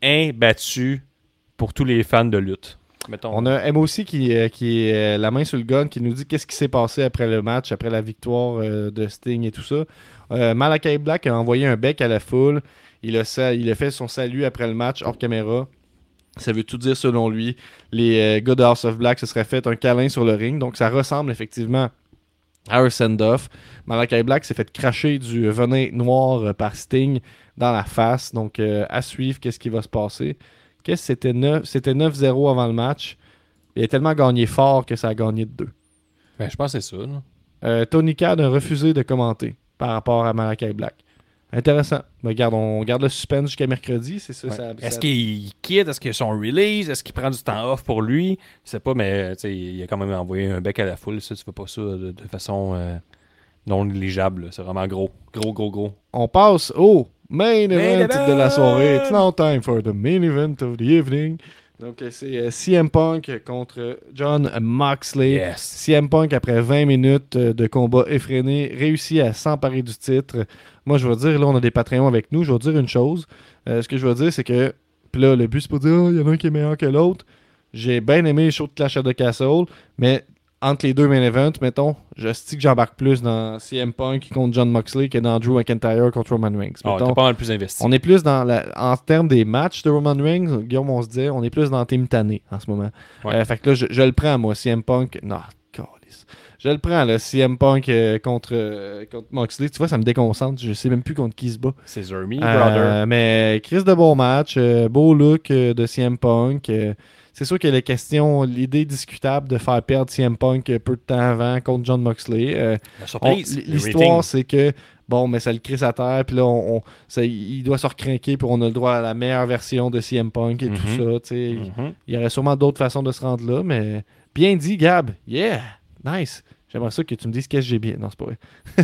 imbattu pour tous les fans de lutte. Mettons. On a M aussi qui, euh, qui est euh, la main sur le gun, qui nous dit qu'est-ce qui s'est passé après le match, après la victoire euh, de Sting et tout ça. Euh, Malakai Black a envoyé un bec à la foule. Il a, sa- il a fait son salut après le match hors caméra. Ça veut tout dire selon lui. Les euh, gars de House of Black se seraient fait un câlin sur le ring. Donc ça ressemble effectivement à un send-off. Malakai Black s'est fait cracher du venin noir euh, par Sting dans la face. Donc euh, à suivre, qu'est-ce qui va se passer. Qu'est-ce que c'était neuf C'était neuf zéro avant le match. Il a tellement gagné fort que ça a gagné de deux. Ben, je pense que c'est ça. Là. Euh, Tony Khan a refusé de commenter par rapport à Malakai Black. Intéressant. Mais garde, on garde le suspense jusqu'à mercredi, c'est ça. Ouais. ça- Est-ce ça- qu'il quitte? Est-ce qu'il a son release? Est-ce qu'il prend du temps off pour lui? Je sais pas, mais tu sais, il a quand même envoyé un bec à la foule. Ça, tu fais pas ça de, de façon euh, non négligeable. là. C'est vraiment gros. Gros, gros, gros. On passe au main event event! de la soirée. It's now time for the main event of the evening. Donc, euh, c'est euh, C M Punk contre John Moxley. Yes. C M Punk, après vingt minutes euh, de combat effréné, réussit à s'emparer du titre. Moi, je vais dire, là, on a des Patreons avec nous. Je vais dire une chose. Euh, ce que je veux dire, c'est que, puis là, le but, c'est pas de dire, oh, il y en a un qui est meilleur que l'autre. J'ai bien aimé les shows de Clash of the Castle, mais entre les deux main events, mettons, je sais que j'embarque plus dans C M Punk contre John Moxley que dans Drew McIntyre contre Roman Reigns. Ah, Mettons, t'es pas mal plus investi. on est plus dans la, en termes des matchs de Roman Reigns, Guillaume, on se disait, on est plus dans Team Tanné en ce moment. Ouais. Euh, fait que là, je, je le prends, moi, C M Punk. Non, câlisse. Je le prends, là, C M Punk euh, contre, euh, contre Moxley. Tu vois, ça me déconcentre. Je sais même plus contre qui il se bat. C'est Zermy, Euh, brother. mais Chris de bon match, euh, beau look euh, de C M Punk. euh, c'est sûr qu'il y a la question, l'idée discutable de faire perdre C M Punk euh, peu de temps avant contre John Moxley. Euh, La on- surprise. l- le L'histoire, rating. c'est que, bon, mais ça le crisse à terre, puis là, on, on- ça- il doit se recrinquer, puis on a le droit à la meilleure version de C M Punk et Mhm. tout ça. tu sais. Mhm. Il y aurait sûrement d'autres façons de se rendre là, mais bien dit, Gab. Yeah! Nice! J'aimerais ça que tu me dises qu'est-ce que j'ai bien. Non, c'est pas vrai.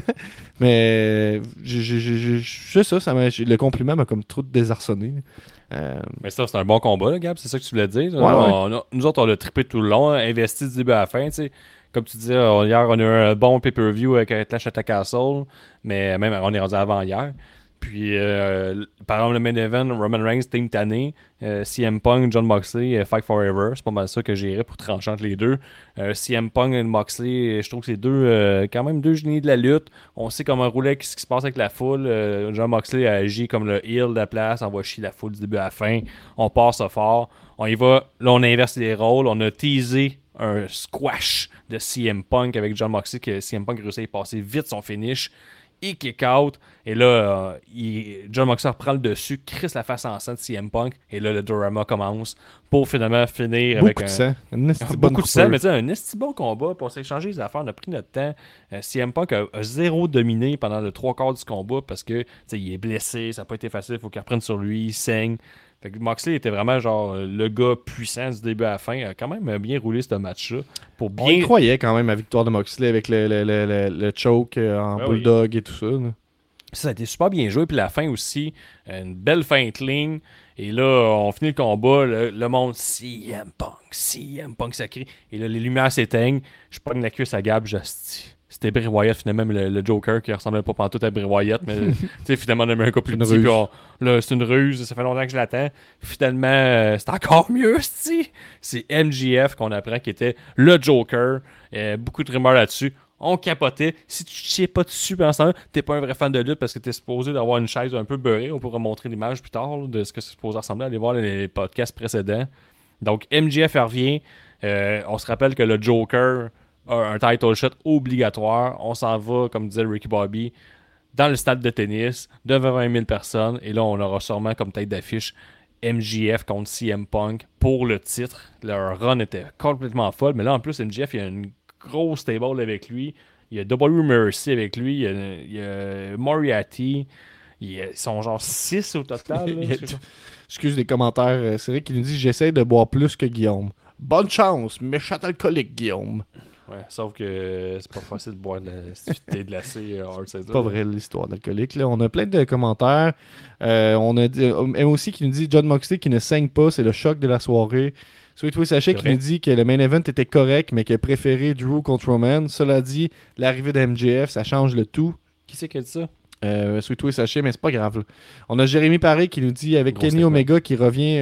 Mais je, je, je, je, je- ça, ça m'a- le compliment m'a comme trop désarçonné. Euh, Mais ça, c'est un bon combat, là, Gab, c'est ça que tu voulais dire. Ouais, On a- nous autres, on a trippé tout le long, hein, investi du début à la fin, tu sais. Comme tu disais, on- hier, on a eu un bon pay-per-view avec euh, Clash at the Castle, mais même, on est rendu avant hier. Puis, euh, par exemple, le main event, Roman Reigns, Team Tanné, euh, C M Punk, John Moxley, euh, Fight Forever. C'est pas mal ça que j'irais pour trancher entre les deux. Euh, C M Punk et Moxley, je trouve que c'est deux, euh, quand même deux génies de la lutte. On sait comment rouler, ce qui se passe avec la foule. Euh, John Moxley a agi comme le heel de la place, on va chier la foule du début à la fin. On passe ça fort. On y va. Là, on inverse les rôles. On a teasé un squash de C M Punk avec John Moxley, que C M Punk réussit à y passer vite son finish. Il kick out. Et là, euh, il- John Moxley reprend le dessus, crisse la face en sang de C M Punk. Et là, le drama commence pour finalement finir avec beaucoup de un. sang. Une esti bonne Beaucoup de sang, coupeur. mais tu sais, un esti bon combat. Puis on s'est échangé les affaires, on a pris notre temps. Euh, C M Punk a, a zéro dominé pendant le trois quarts du combat parce que tu sais, il est blessé, ça n'a pas été facile, il faut qu'il reprenne sur lui, il saigne. Fait que Moxley était vraiment genre euh, le gars puissant du début à la fin. Il a quand même euh, bien roulé ce match-là. Pour On y bien. croyait quand même à la victoire de Moxley avec le, le, le, le, le choke euh, en Ouais, bulldog et tout ça. là. Ça a été super bien joué. Puis la fin aussi, une belle fin clean. Et là, on finit le combat. Le, le monde, C M Punk, C M Punk, ça crie. Et là, les lumières s'éteignent. Je pogne la cuisse à Gab, je dis, c'était Bray Wyatt, finalement, le, le Joker qui ressemblait pas pantoute à Bray Wyatt. Mais tu sais, finalement, on a mis un coup plus Une petit. ruse. Puis on- là, c'est une ruse. Ça fait longtemps que je l'attends. Finalement, euh, c'est encore mieux, c'ti. C'est M J F qu'on apprend qui était le Joker. Euh, beaucoup de rumeurs là-dessus. On capotait. Si tu ne chiais pas dessus pendant ce temps-là, t'es pas un vrai fan de lutte parce que t'es supposé d'avoir une chaise un peu beurrée. On pourra montrer l'image plus tard là, de ce que c'est supposé ressembler. Allez voir les, les podcasts précédents. Donc, M J F revient. Euh, on se rappelle que le Joker a un title shot obligatoire. On s'en va, comme disait Ricky Bobby, dans le stade de tennis, devant vingt mille personnes. Et là, on aura sûrement comme tête d'affiche M J F contre C M Punk pour le titre. Leur run était complètement folle. Mais là, en plus, M J F, il y a une grosse stable avec lui. Il y a W Mercy avec lui. Il y a, il y a Moriarty. Il y a- ils sont genre six au total. là. Il y a- Excuse les commentaires. euh, C'est vrai qu'il nous dit j'essaie de boire plus que Guillaume. Bonne chance, méchant alcoolique, Guillaume. Ouais, sauf que c'est pas facile de boire de la thé glacé euh, hard cider. C'est pas vrai l'histoire d'alcoolique. Là. On a plein de commentaires. Euh, on a dit, euh, M aussi qui nous dit John Moxley qui ne saigne pas, c'est le choc de la soirée. Sweet Way Sachet qui vrai. nous dit que le main event était correct, mais qu'il a préféré Drew contre Roman. Cela dit, l'arrivée de M J F, ça change le tout. Qui c'est qui a dit ça? Euh, Sweet Way Sachet, mais c'est pas grave. là. On a Jérémy Paré qui nous dit avec Gros Kenny statement. Omega qui revient.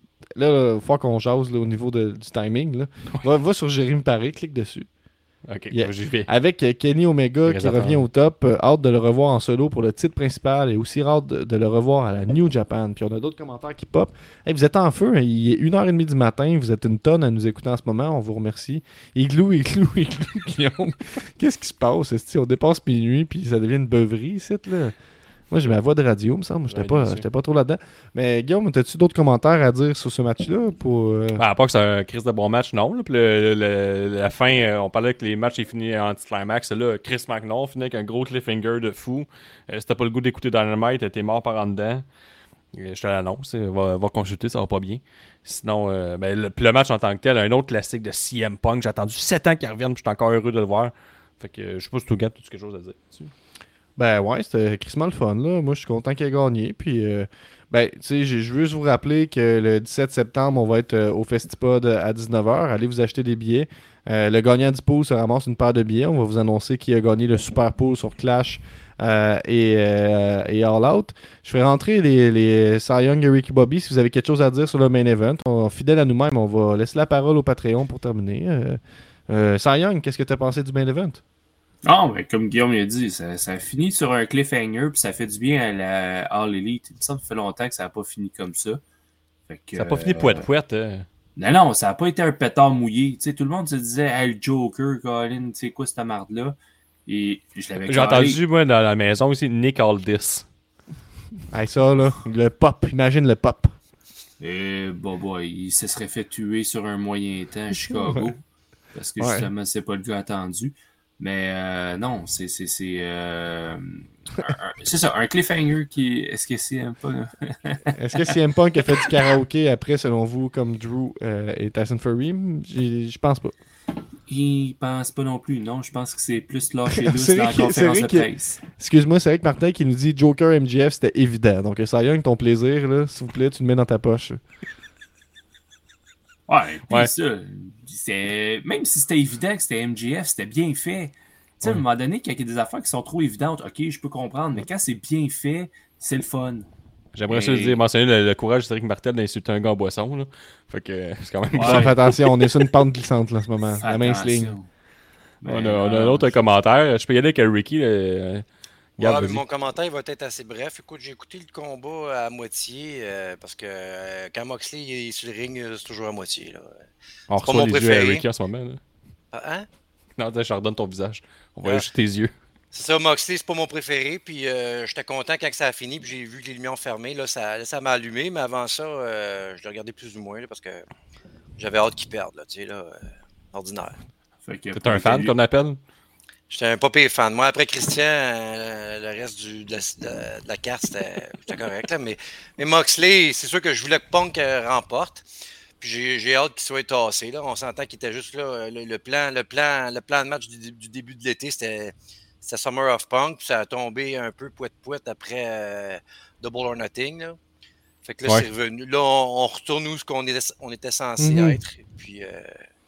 Là, il faut qu'on jase là, au niveau de- du timing. Là. Va, va sur Jérémy Paré, clique dessus. Ok, Yeah. j'y vais. Avec euh, Kenny Omega Les qui attendre. revient au top, euh, hâte de le revoir en solo pour le titre principal et aussi hâte de, de le revoir à la New Japan. Puis on a d'autres commentaires qui pop. Hey, vous êtes en feu, hein, il est une heure trente du matin, vous êtes une tonne à nous écouter en ce moment, on vous remercie. Igloo, igloo, igloo, Guillaume. Qu'est-ce qui se passe? esti? On dépasse minuit puis ça devient une beuverie ici, là. Moi, j'ai ma voix de radio, me semble. J'étais Ouais, pas, bien sûr. j'étais pas trop là-dedans. Mais Guillaume, as-tu d'autres commentaires à dire sur ce match-là? Pour, euh, Ben, à part que c'est un Chris de bon match, non. Là. Puis le- le- la fin, euh, on parlait que les matchs étaient finis en anti-climax. Là, Chris McNaught finit avec un gros cliffhanger de fou. Euh, si t'as pas le goût d'écouter Dynamite, t'es mort par en dedans. Euh, Je te l'annonce, euh, va, va consulter, ça va pas bien. Sinon, euh, ben, le, puis le match en tant que tel, un autre classique de C M Punk. J'ai attendu sept ans qu'il revienne, puis je suis encore heureux de le voir. Fait que euh, je sais pas si tout gars, tu as quelque chose à dire là-dessus. Ben ouais, c'était crissement le fun, là. Moi, je suis content qu'il ait gagné. Puis, euh, ben, tu sais, j'ai- je veux juste vous rappeler que le dix-sept septembre, on va être euh, au Festipod à dix-neuf heures. Allez vous acheter des billets. Euh, le gagnant du pool se ramasse une paire de billets. On va vous annoncer qui a gagné le super pool sur Clash euh, et, euh, et All Out. Je fais rentrer les, les Cy Young et Ricky Bobby. Si vous avez quelque chose à dire sur le main event, on, fidèle à nous-mêmes, on va laisser la parole au Patreon pour terminer. Euh, euh, Cy Young, qu'est-ce que tu as pensé du main event? Non, mais comme Guillaume l'a dit, ça, ça finit sur un cliffhanger, puis ça fait du bien à la All Elite. Il me semble que ça fait longtemps que ça n'a pas fini comme ça. Fait que, Ça n'a pas fini euh, poète-poète. Hein. Non, non, ça n'a pas été un pétard mouillé. Tu sais, tout le monde se disait, hey, le Joker, Colin, tu sais quoi cette marde-là? Et je l'avais J'ai calé. entendu, moi, dans la maison aussi, Nick Aldis. Hey, ça, là, le pop. Imagine le pop. Et bon, boy, il se serait fait tuer sur un moyen temps à Chicago. Parce que Ouais. justement, c'est pas le gars attendu. Mais euh, non, c'est c'est c'est euh, un- un- c'est ça, un cliffhanger qui est-ce que c'est un peu Est-ce que C M Punk a fait du karaoké après, selon vous, comme Drew euh, et Tyson Fury? J'ai- Je pense pas. Il pense pas non plus, non. Je pense que c'est plus lâché lousse C'est dans vrai la que- conférence c'est de vrai que- presse. Excuse-moi, c'est vrai que Martin qui nous dit Joker M J F, c'était évident. Donc, Cy Young, ton plaisir, là, s'il vous plaît, tu le mets dans ta poche. Ouais, puis Ouais. ça, c'est... même si c'était évident que c'était M J F, c'était bien fait. Tu sais, à un Ouais. moment donné, quand il y a des affaires qui sont trop évidentes, ok, je peux comprendre, mais quand c'est bien fait, c'est le fun. J'aimerais ça Et- le dire, mentionner le, le courage de Cédric Martel d'insulter un gars en boisson. Là. Fait que euh, c'est quand même. Ouais. Ça, fais attention, on est sur une pente glissante là, en ce moment. Fais La mince attention. ligne. Mais On a, on a non, un autre commentaire. Je peux y aller avec Ricky. Euh... Gab, Ouais, mais vas-y. mon commentaire va être assez bref. Écoute, j'ai écouté le combat à moitié euh, parce que euh, quand Moxley est sur le ring, euh, c'est toujours à moitié. Là. On c'est pas reçoit mon les yeux à préféré. Ricky en ce moment. Là. Ah, Hein? Non, je redonne ton visage. On voit Ah. juste tes yeux. C'est ça, Moxley, c'est pas mon préféré. Puis euh, j'étais content quand ça a fini. Puis j'ai vu que les lumières ont fermé. Là, ça, là, ça m'a allumé. Mais avant ça, euh, je l'ai regardé plus ou moins là, parce que j'avais hâte qu'il perde. Là, tu sais, là, euh, ordinaire. Fait que T'es pour un fan lui- qu'on appelle? J'étais un pas pire fan. Moi, après Christian, euh, le reste du, de, la, de- de la carte, c'était c'était correct. Là. Mais, mais Moxley, c'est sûr que je voulais que Punk euh, remporte. Puis j'ai j'ai hâte qu'il soit tassé. Là. On s'entend qu'il était juste là. euh, Le, le plan, le, plan, le plan de match du, du début de l'été, c'était c'était Summer of Punk. Puis ça a tombé un peu pouette-pouette après euh, Double or Nothing. Là. Fait que là, Ouais. c'est revenu. Là, on, on retourne où ce qu'on était, on était censé Mhm. être. Et puis euh,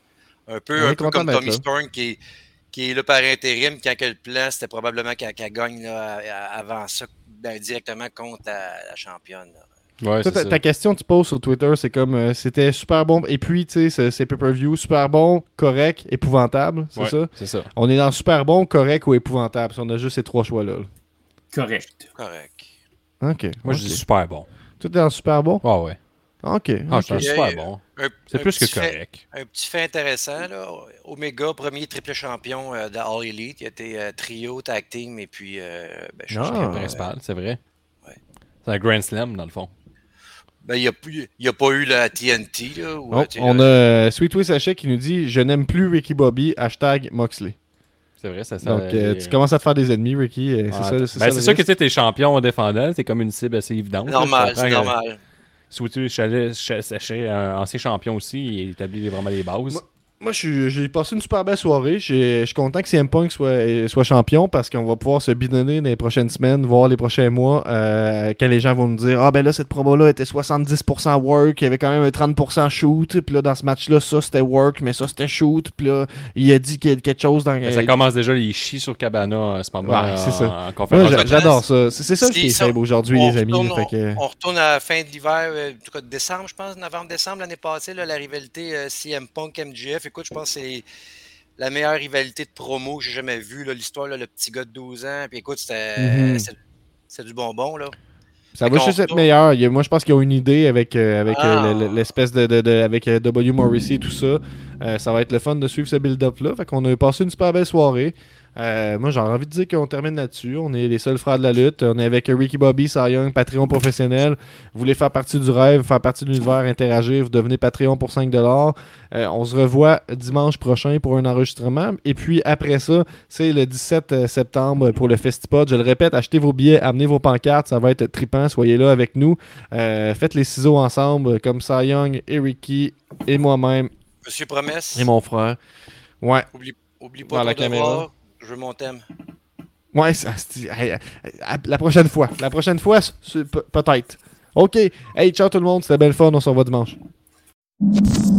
un peu, On est un peu content comme d'être Tommy là. Storm qui est qui est là par intérim, quand que le plan, c'était probablement qu'elle qu'elle gagne là, à- à- avant ça, ben, directement contre la, la championne. là. Ouais, Toi, c'est ta, ça. ta question que tu poses sur Twitter, c'est comme euh, c'était super bon. Et puis, tu sais, c'est- c'est pay-per-view, super bon, correct, épouvantable, c'est Ouais, ça? c'est ça. On est dans super bon, correct ou épouvantable. Si on a juste ces trois choix-là. là. Correct. Correct. Ok. Moi, ok. je dis super bon. Tout est dans super bon? Ah ouais. Ok. Ah, ok. c'est un Il y a- super bon. Un- C'est un plus que petit fait- correct. Un petit fait intéressant, là. Omega, premier triple champion euh, de All Elite. Il a été euh, trio, tag team et puis euh, ben, je Ah. cherche Le le- principal, c'est vrai. Ouais. C'est un Grand Slam, dans le fond. Ben, il n'y a, a pas eu la T N T. Là, où, Oh, euh, tu sais, on a là, euh, Sweet Way Sachet qui nous dit Je n'aime plus Ricky Bobby, hashtag Moxley. C'est vrai, ça, ça Donc, euh, tu commences à te faire des ennemis, Ricky. euh, c'est Ah, ça, ben, c'est c'est ça. sûr le que risque. tu es champion défendant, c'est comme une cible assez évidente. là. normal, Je comprends c'est que normal. Sweetie Chalet- Ch- Sachet, un ancien champion aussi, il établit vraiment les bases. Moi- Moi, je suis- j'ai passé une super belle soirée. J'ai- Je suis content que C M Punk soit, euh, soit champion parce qu'on va pouvoir se bidonner dans les prochaines semaines, voir les prochains mois, euh, quand les gens vont nous dire Ah, ben là, cette promo-là était soixante-dix pour cent work, il y avait quand même un trente pour cent shoot, puis là, dans ce match-là, ça c'était work, mais ça c'était shoot, puis là, il a dit qu'il y a quelque chose dans. Mais ça commence déjà les chis sur Cabana à ce moment Ouais, en, c'est ça. en Moi, conférence. j'a- de j'adore presse. ça. C'est c'est ça qui est Si, ça, faible aujourd'hui, on les amis. retourne- là, fait que- On retourne à la fin de l'hiver, euh, en tout cas de décembre, je pense, novembre-décembre l'année passée, là, la rivalité euh, C M Punk M J F. Écoute, je pense que c'est la meilleure rivalité de promo que j'ai jamais vue. là, L'histoire, là, le petit gars de douze ans. Puis écoute, c'était Mhm. c'est- c'est du bonbon. Là. Ça Fait va qu'on juste être retourne- meilleur. Il y a- moi, je pense qu'ils ont une idée avec, euh, avec Ah. euh, le- le- l'espèce de, de, de- avec euh, W. Morrissey et tout ça. Euh, ça va être le fun de suivre ce build-up-là. Fait qu'on a passé une super belle soirée. Euh, moi, j'ai envie de dire qu'on termine là-dessus. On est les seuls frères de la lutte. On est avec Ricky Bobby, Cy Young, Patreon professionnel. Vous voulez faire partie du rêve, faire partie de l'univers, interagir, vous devenez Patreon pour cinq dollars. Euh, on se revoit dimanche prochain pour un enregistrement. Et puis après ça, c'est le dix-sept septembre pour le Festipod. Je le répète, achetez vos billets, amenez vos pancartes. Ça va être trippant. Soyez là avec nous. Euh, faites les ciseaux ensemble comme Cy Young et Ricky et moi-même Monsieur Promesse, et mon frère. Ouais. oublie, oublie Dans pas la ton caméra. devoir. Je veux mon thème. Ouais, ça, c'est- hey, hey, la prochaine fois. La prochaine fois, c'est- pe- peut-être. OK. Hey, ciao tout le monde. C'était belle fun. On se revoit dimanche.